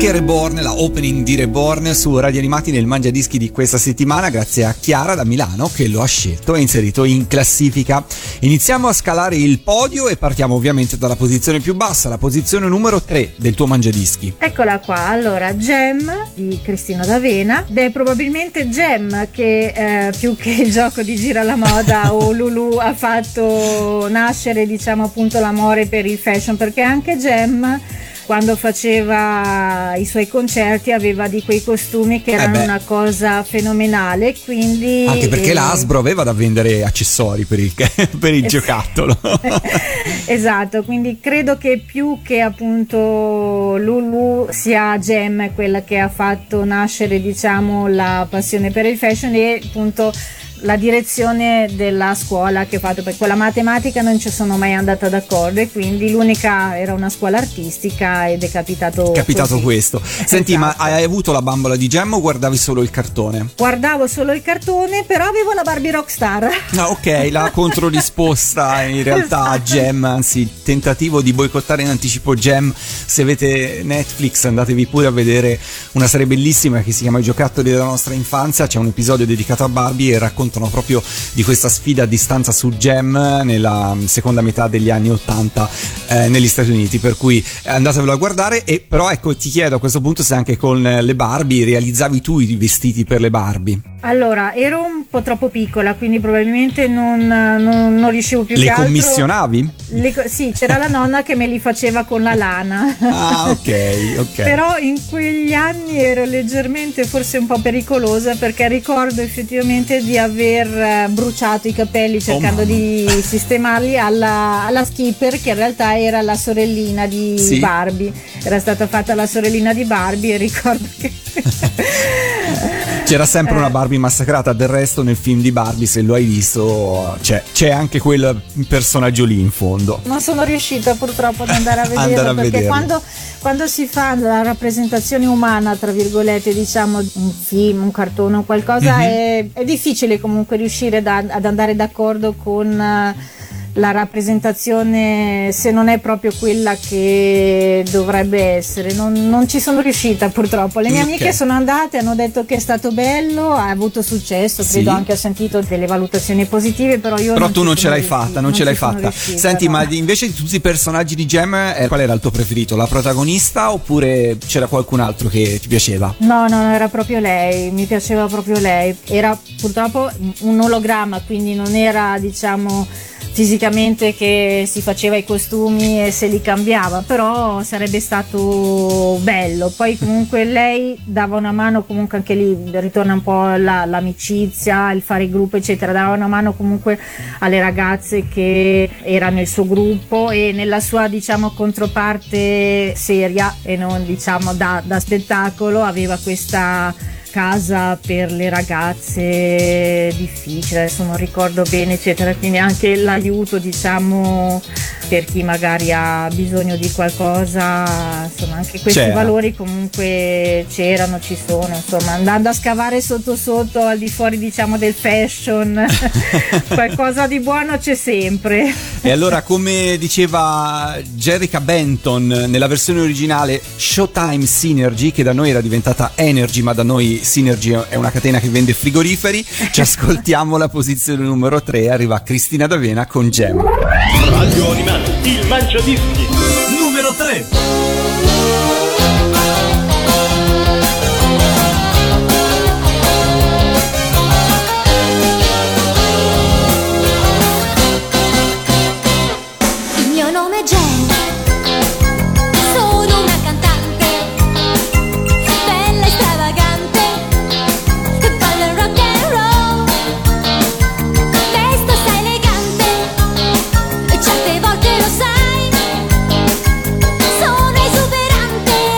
Maria Reborn, la opening di Reborn su Radio Animati nel Mangiadischi di questa settimana, grazie a Chiara da Milano che lo ha scelto e inserito in classifica. Iniziamo a scalare il podio e partiamo ovviamente dalla posizione più bassa, la posizione numero tre del tuo Mangiadischi. Eccola qua, allora Gem di Cristina D'Avena. Beh, probabilmente Gem che eh, più che il gioco di Gira la Moda o Lulu ha fatto nascere, diciamo, appunto l'amore per il fashion, perché anche Gem quando faceva i suoi concerti aveva di quei costumi che erano eh una cosa fenomenale, quindi anche perché eh, l'Hasbro aveva da vendere accessori per il, per il giocattolo. Esatto, quindi credo che più che appunto Lulu sia Gem quella che ha fatto nascere, diciamo, la passione per il fashion e appunto la direzione della scuola che ho fatto, perché con la matematica non ci sono mai andata d'accordo e quindi l'unica era una scuola artistica ed è capitato capitato così. Questo. Senti, Esatto. Ma hai avuto la bambola di Gem o guardavi solo il cartone? Guardavo solo il cartone, però avevo la Barbie Rockstar. Ah, ok, la controrisposta in realtà a Gem, anzi tentativo di boicottare in anticipo Gem. Se avete Netflix andatevi pure a vedere una serie bellissima che si chiama I giocattoli della nostra infanzia, c'è un episodio dedicato a Barbie e racconta proprio di questa sfida a distanza su Gem nella seconda metà degli anni ottanta eh, negli Stati Uniti, per cui andatevelo a guardare. E però ecco, ti chiedo a questo punto se anche con le Barbie realizzavi tu i vestiti per le Barbie. Allora, ero un po' troppo piccola, quindi probabilmente non, non, non riuscivo più le che altro. Commissionavi? Le, sì, c'era la nonna che me li faceva con la lana. Ah, ok, ok. Però in quegli anni ero leggermente forse un po' pericolosa, perché ricordo effettivamente di aver bruciato i capelli cercando oh, di sistemarli alla, alla Skipper, che in realtà era la sorellina di sì. Barbie. Era stata fatta la sorellina di Barbie e ricordo che c'era sempre una Barbie massacrata. Del resto nel film di Barbie, se lo hai visto, c'è, c'è anche quel personaggio lì in fondo. non sono riuscita purtroppo ad andare a vederlo, Andare a perché vederlo. quando, quando si fa la rappresentazione umana, tra virgolette, diciamo un film, un cartone o qualcosa, Mhm. è, è difficile comunque riuscire da- ad andare d'accordo con eh, la rappresentazione, se non è proprio quella che dovrebbe essere. Non, non ci sono riuscita purtroppo. Le mie Ok. amiche sono andate, hanno detto che è stato bello, ha avuto successo, Sì. credo anche ho sentito delle valutazioni positive, però io Però non tu ci non ce sono l'hai riuscita, fatta, non ce l'hai ci sono fatta. riuscita, Senti, no. ma di- invece di tutti i personaggi di Gem, eh, qual era il tuo preferito? La protagonista oppure c'era qualcun altro che ti piaceva? No, no, no, era proprio lei, mi piaceva proprio lei. Era purtroppo un ologramma, quindi non era, diciamo, fisicamente che si faceva i costumi e se li cambiava, però sarebbe stato bello. Poi comunque lei dava una mano, comunque anche lì ritorna un po' la, l'amicizia, il fare il gruppo eccetera, dava una mano comunque alle ragazze che erano il suo gruppo, e nella sua, diciamo, controparte seria e non, diciamo, da, da spettacolo, aveva questa casa per le ragazze difficile, adesso non ricordo bene eccetera, quindi anche l'aiuto, diciamo, per chi magari ha bisogno di qualcosa, insomma anche questi C'era. valori comunque c'erano, ci sono, insomma, andando a scavare sotto sotto al di fuori, diciamo, del fashion qualcosa di buono c'è sempre. E allora, come diceva Jerrica Benton nella versione originale Showtime Synergy, che da noi era diventata Energy, ma da noi Synergy è una catena che vende frigoriferi, ci ascoltiamo la posizione numero tre, arriva Cristina D'Avena con Gem. Radio Animati, il Mangiadischi. Numero tre. Il mio nome è Jen, sono una cantante, bella e stravagante, ballo il rock and roll, vesto sei elegante, e certe volte lo sai, sono esuberante.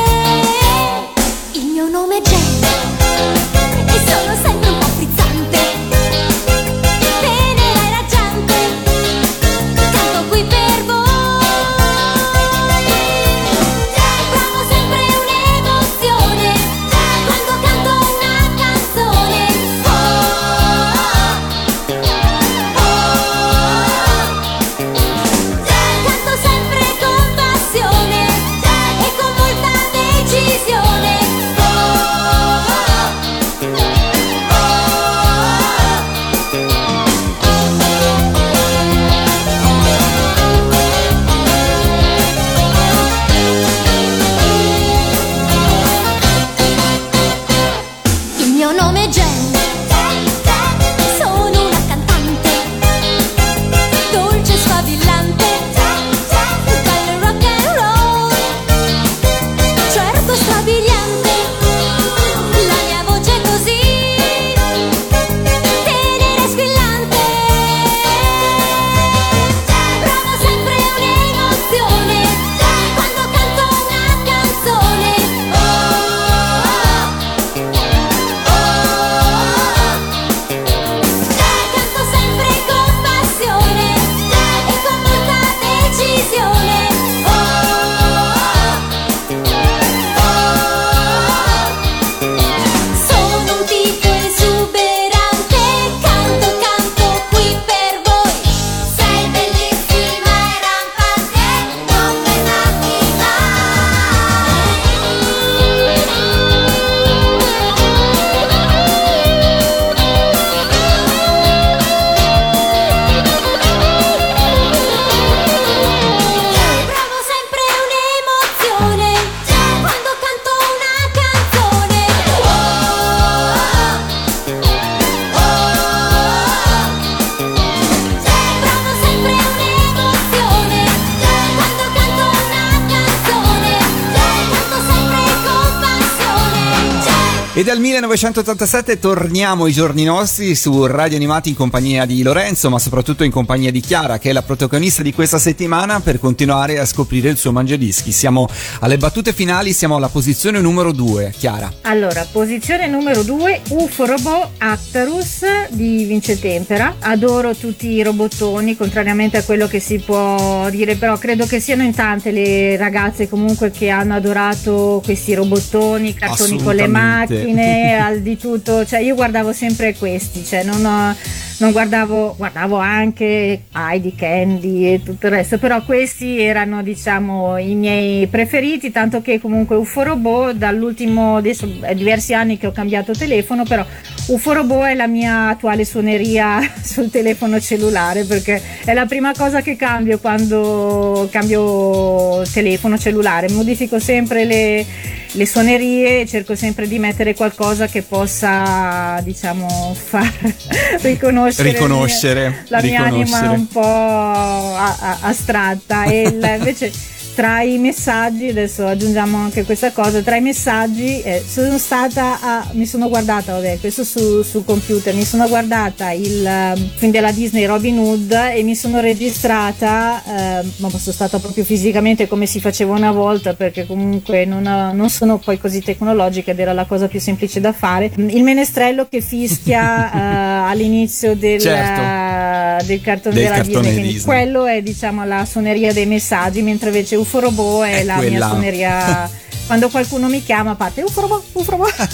E dal millenovecentottantasette torniamo ai giorni nostri su Radio Animati in compagnia di Lorenzo, ma soprattutto in compagnia di Chiara, che è la protagonista di questa settimana, per continuare a scoprire il suo mangiadischi. Siamo alle battute finali, siamo alla posizione numero due. Chiara. Allora, posizione numero due, U F O Robot Actarus di Vince Tempera. Adoro tutti i robottoni, contrariamente a quello che si può dire, però credo che siano in tante le ragazze comunque che hanno adorato questi robottoni, cartoni con le macchine, al di tutto, cioè io guardavo sempre questi, cioè non ho, non guardavo, guardavo anche Heidi, Candy e tutto il resto, però questi erano diciamo i miei preferiti, tanto che comunque U F O Robot dall'ultimo, adesso è diversi anni che ho cambiato telefono, però U F O Robot è la mia attuale suoneria sul telefono cellulare, perché è la prima cosa che cambio quando cambio telefono cellulare, modifico sempre le, le suonerie e cerco sempre di mettere qualcosa che possa diciamo far riconoscere, riconoscere la mia, la mia riconoscere. anima un po' a, a, astratta e il, invece tra i messaggi, adesso aggiungiamo anche questa cosa, tra i messaggi eh, sono stata a, mi sono guardata, vabbè questo su, sul computer, mi sono guardata il uh, film della Disney Robin Hood e mi sono registrata, eh, ma sono stata proprio fisicamente come si faceva una volta, perché comunque non, ho, non sono poi così tecnologica ed era la cosa più semplice da fare, il menestrello che fischia uh, all'inizio del, certo. uh, del cartone del della cartone Disney, quindi Disney. quello è diciamo la suoneria dei messaggi, mentre invece U F O Robot è, È la quella. mia suoneria. Quando qualcuno mi chiama parte U F O Robot, U F O Robot.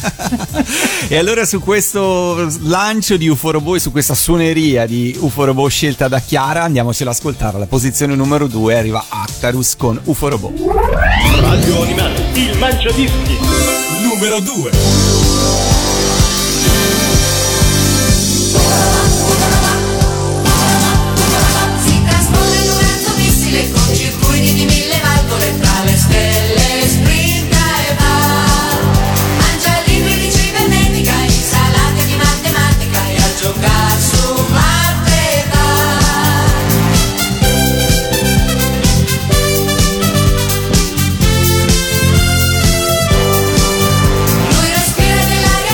E allora su questo lancio di U F O Robot e su questa suoneria di U F O Robot scelta da Chiara, andiamocela ad ascoltare. Alla posizione numero due arriva Actarus con U F O Robot. Radio Animati, il mangiadischi numero due. Con circuiti di mille valvole tra le stelle sprinta e va, mangia libri di cibernetica, insalate di matematica e a giocare su Marte va. Lui respira dell'aria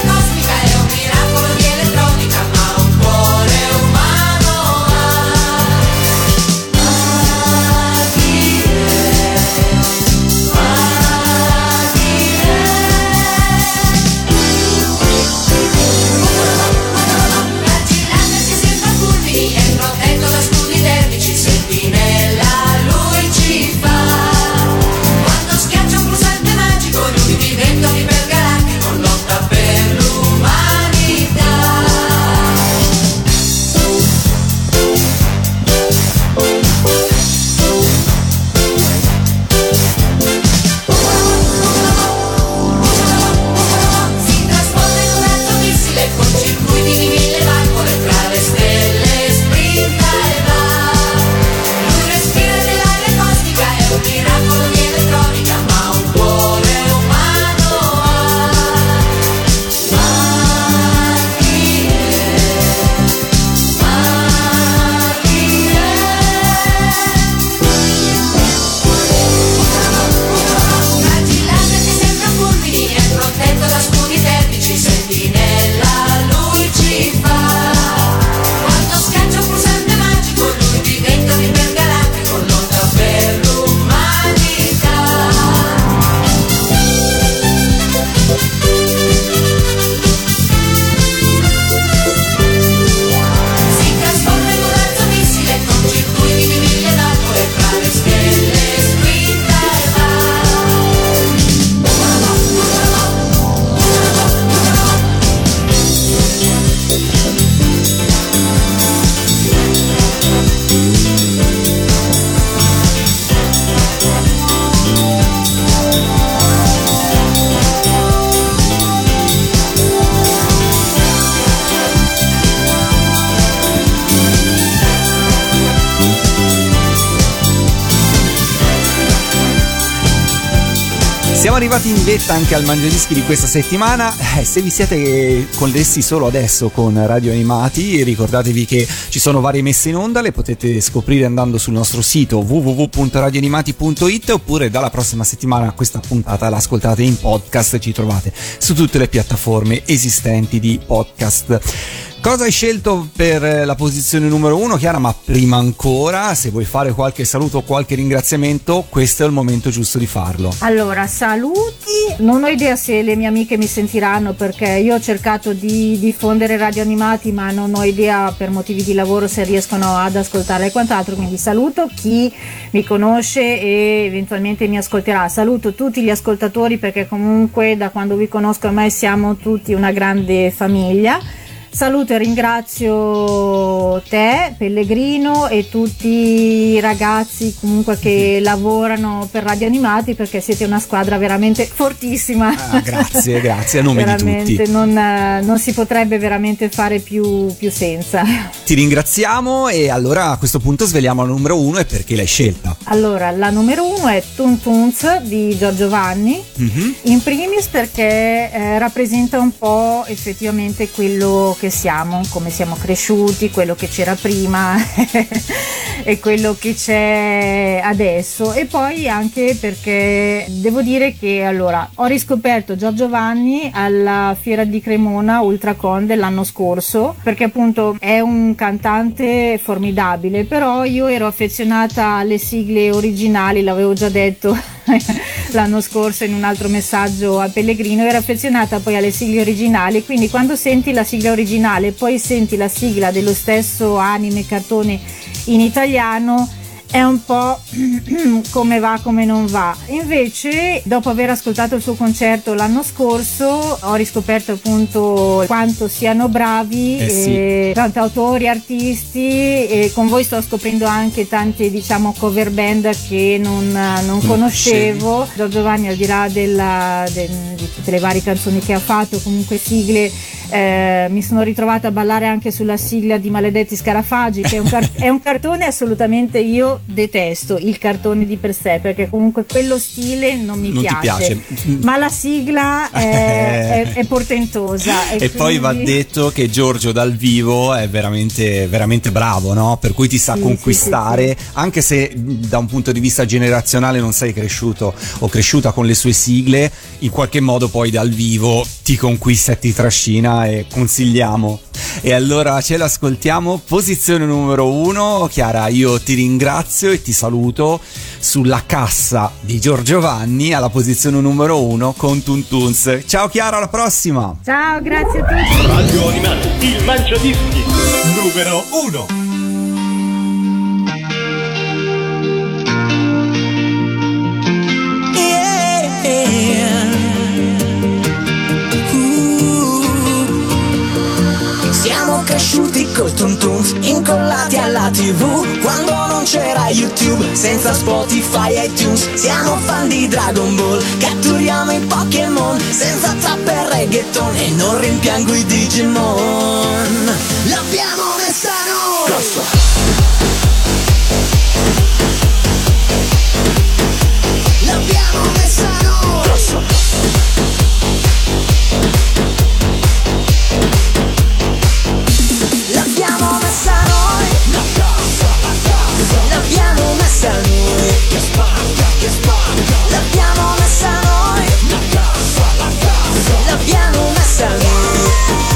Siamo arrivati in vetta anche al Mangiadischi di questa settimana. Eh, se vi siete connessi solo adesso con Radio Animati, ricordatevi che ci sono varie messe in onda, le potete scoprire andando sul nostro sito w w w punto radio animati punto i t, oppure dalla prossima settimana questa puntata l'ascoltate in podcast, ci trovate su tutte le piattaforme esistenti di podcast. Cosa hai scelto per la posizione numero uno, Chiara? Ma prima ancora, se vuoi fare qualche saluto o qualche ringraziamento, questo è il momento giusto di farlo. Allora, saluti. Non ho idea se le mie amiche mi sentiranno, perché io ho cercato di diffondere Radio Animati, ma non ho idea per motivi di lavoro se riescono ad ascoltare e quant'altro. Quindi saluto chi mi conosce e eventualmente mi ascolterà. Saluto tutti gli ascoltatori, perché comunque da quando vi conosco ormai siamo tutti una grande famiglia. Saluto e ringrazio te, Pellegrino, e tutti i ragazzi comunque che lavorano per Radio Animati, perché siete una squadra veramente fortissima. Ah, grazie, grazie a nome veramente, di tutti. Non, non si potrebbe veramente fare più, più senza. Ti ringraziamo, e allora a questo punto sveliamo la numero uno e perché l'hai scelta. Allora, la numero uno è Toon Toons di Giorgio Vanni, mm-hmm. in primis perché eh, rappresenta un po' effettivamente quello che che siamo, come siamo cresciuti, quello che c'era prima e quello che c'è adesso, e poi anche perché devo dire che allora ho riscoperto Giorgio Vanni alla Fiera di Cremona Ultracon dell'anno scorso, perché appunto è un cantante formidabile, però io ero affezionata alle sigle originali, l'avevo già detto l'anno scorso in un altro messaggio a Pellegrino, ero affezionata poi alle sigle originali, quindi quando senti la sigla originale e poi senti la sigla dello stesso anime cartone in italiano è un po' come va come non va. Invece dopo aver ascoltato il suo concerto l'anno scorso ho riscoperto appunto quanto siano bravi eh sì. eh, tanti autori, artisti, e con voi sto scoprendo anche tante diciamo cover band che non, non conoscevo. Giorgio Vanni, al di là della, de, di tutte le varie canzoni che ha fatto, comunque sigle, eh, mi sono ritrovata a ballare anche sulla sigla di Maledetti Scarafaggi, che è un, car- è un cartone assolutamente, io detesto il cartone di per sé, perché comunque quello stile non mi non piace, ti piace, ma la sigla è, è, è portentosa. E, e poi va quindi... detto che Giorgio dal vivo è veramente, veramente bravo, no? Per cui ti sa sì, conquistare, sì, sì, sì. Anche se da un punto di vista generazionale non sei cresciuto o cresciuta con le sue sigle, in qualche modo poi dal vivo ti conquista e ti trascina, e consigliamo. E allora ce l'ascoltiamo, posizione numero uno. Chiara, io ti ringrazio e ti saluto sulla cassa di Giorgio Vanni alla posizione numero uno con Toon Toons. Ciao Chiara, alla prossima. Ciao, grazie a tutti. Radio Animati, il Mangiadischi numero uno. Siamo cresciuti col Toon Toons, incollati alla tivù, quando non c'era YouTube, senza Spotify e iTunes. Siamo fan di Dragon Ball, catturiamo i Pokémon, senza trap e reggaeton, e non rimpiango i Digimon. L'abbiamo messa noi! Grosso. L'abbiamo messa noi! Grosso. L'abbiamo messa noi, la cassa, la cassa. L'abbiamo messa noi, che spacca, che spacca. L'abbiamo messa noi, la cassa, la cassa. L'abbiamo messa noi.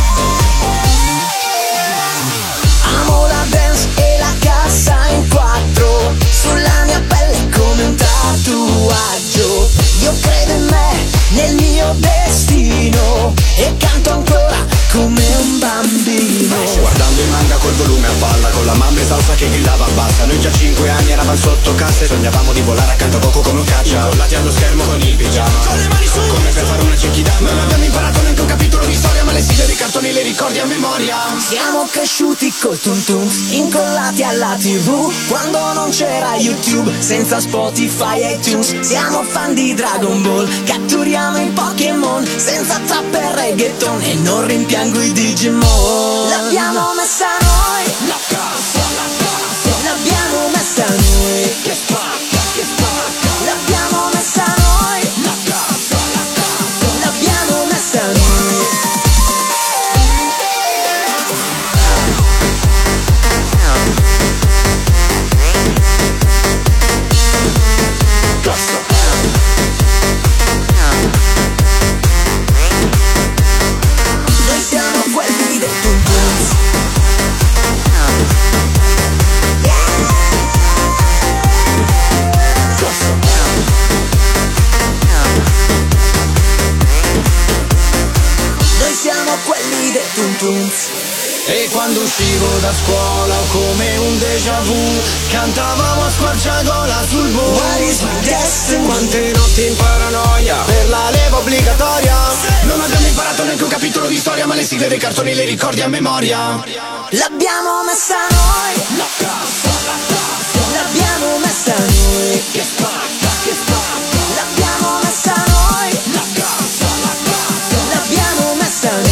Amo la dance e la cassa in quattro, sulla mia pelle come un tatuaggio. Io credo in me, nel mio destino, e canto ancora come un bambino. Guardando il manga col volume a palla, con la mamma in salsa che grillava basta. Noi già cinque anni eravamo sotto cassa e sognavamo di volare accanto a Goku come un caccia, incollati allo schermo con il pigiama, con le mani su, come per fare una Genkidama. Non abbiamo imparato neanche un capitolo di storia, ma le sigle dei cartoni le ricordi a memoria. Siamo cresciuti col Toon Toons, incollati alla tivù, quando non c'era YouTube, senza Spotify e iTunes. Siamo fan di Dragon Ball, catturiamo i Pokémon, senza trap e reggaeton, e non rimpiango i Digimon. L'abbiamo messa noi, la cassa, la cassa. L'abbiamo messa noi, che spacca, che spacca. L'abbiamo messa noi, la cassa. E quando uscivo da scuola come un déjà vu cantavamo a squarciagola sul bus. What is my destiny? Quante notti in paranoia per la leva obbligatoria. Non abbiamo imparato neanche un capitolo di storia, ma le sigle dei cartoni le ricordi a memoria. L'abbiamo messa noi, la cassa, la cassa. L'abbiamo messa noi, che spacca, che spacca. L'abbiamo messa noi, la cassa, la cassa. L'abbiamo messa noi.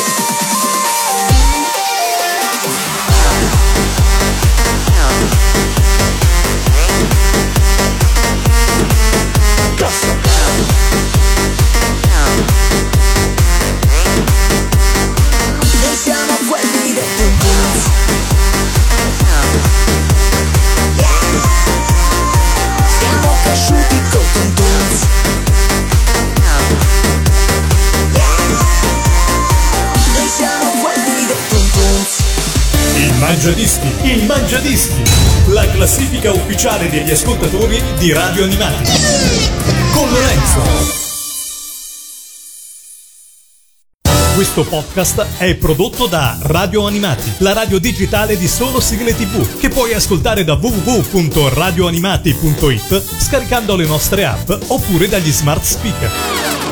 Noi siamo quelli del Tum Tum. Siamo cresciuti con Tum Tum. Noi siamo quelli del Tum Tum. Il Mangiadischi, il Mangiadischi, la classifica ufficiale degli ascoltatori di Radio Animati. Con Lorenzo. Questo podcast è prodotto da Radio Animati, la radio digitale di solo sigle tivù, che puoi ascoltare da w w w punto radio animati punto it scaricando le nostre app oppure dagli smart speaker.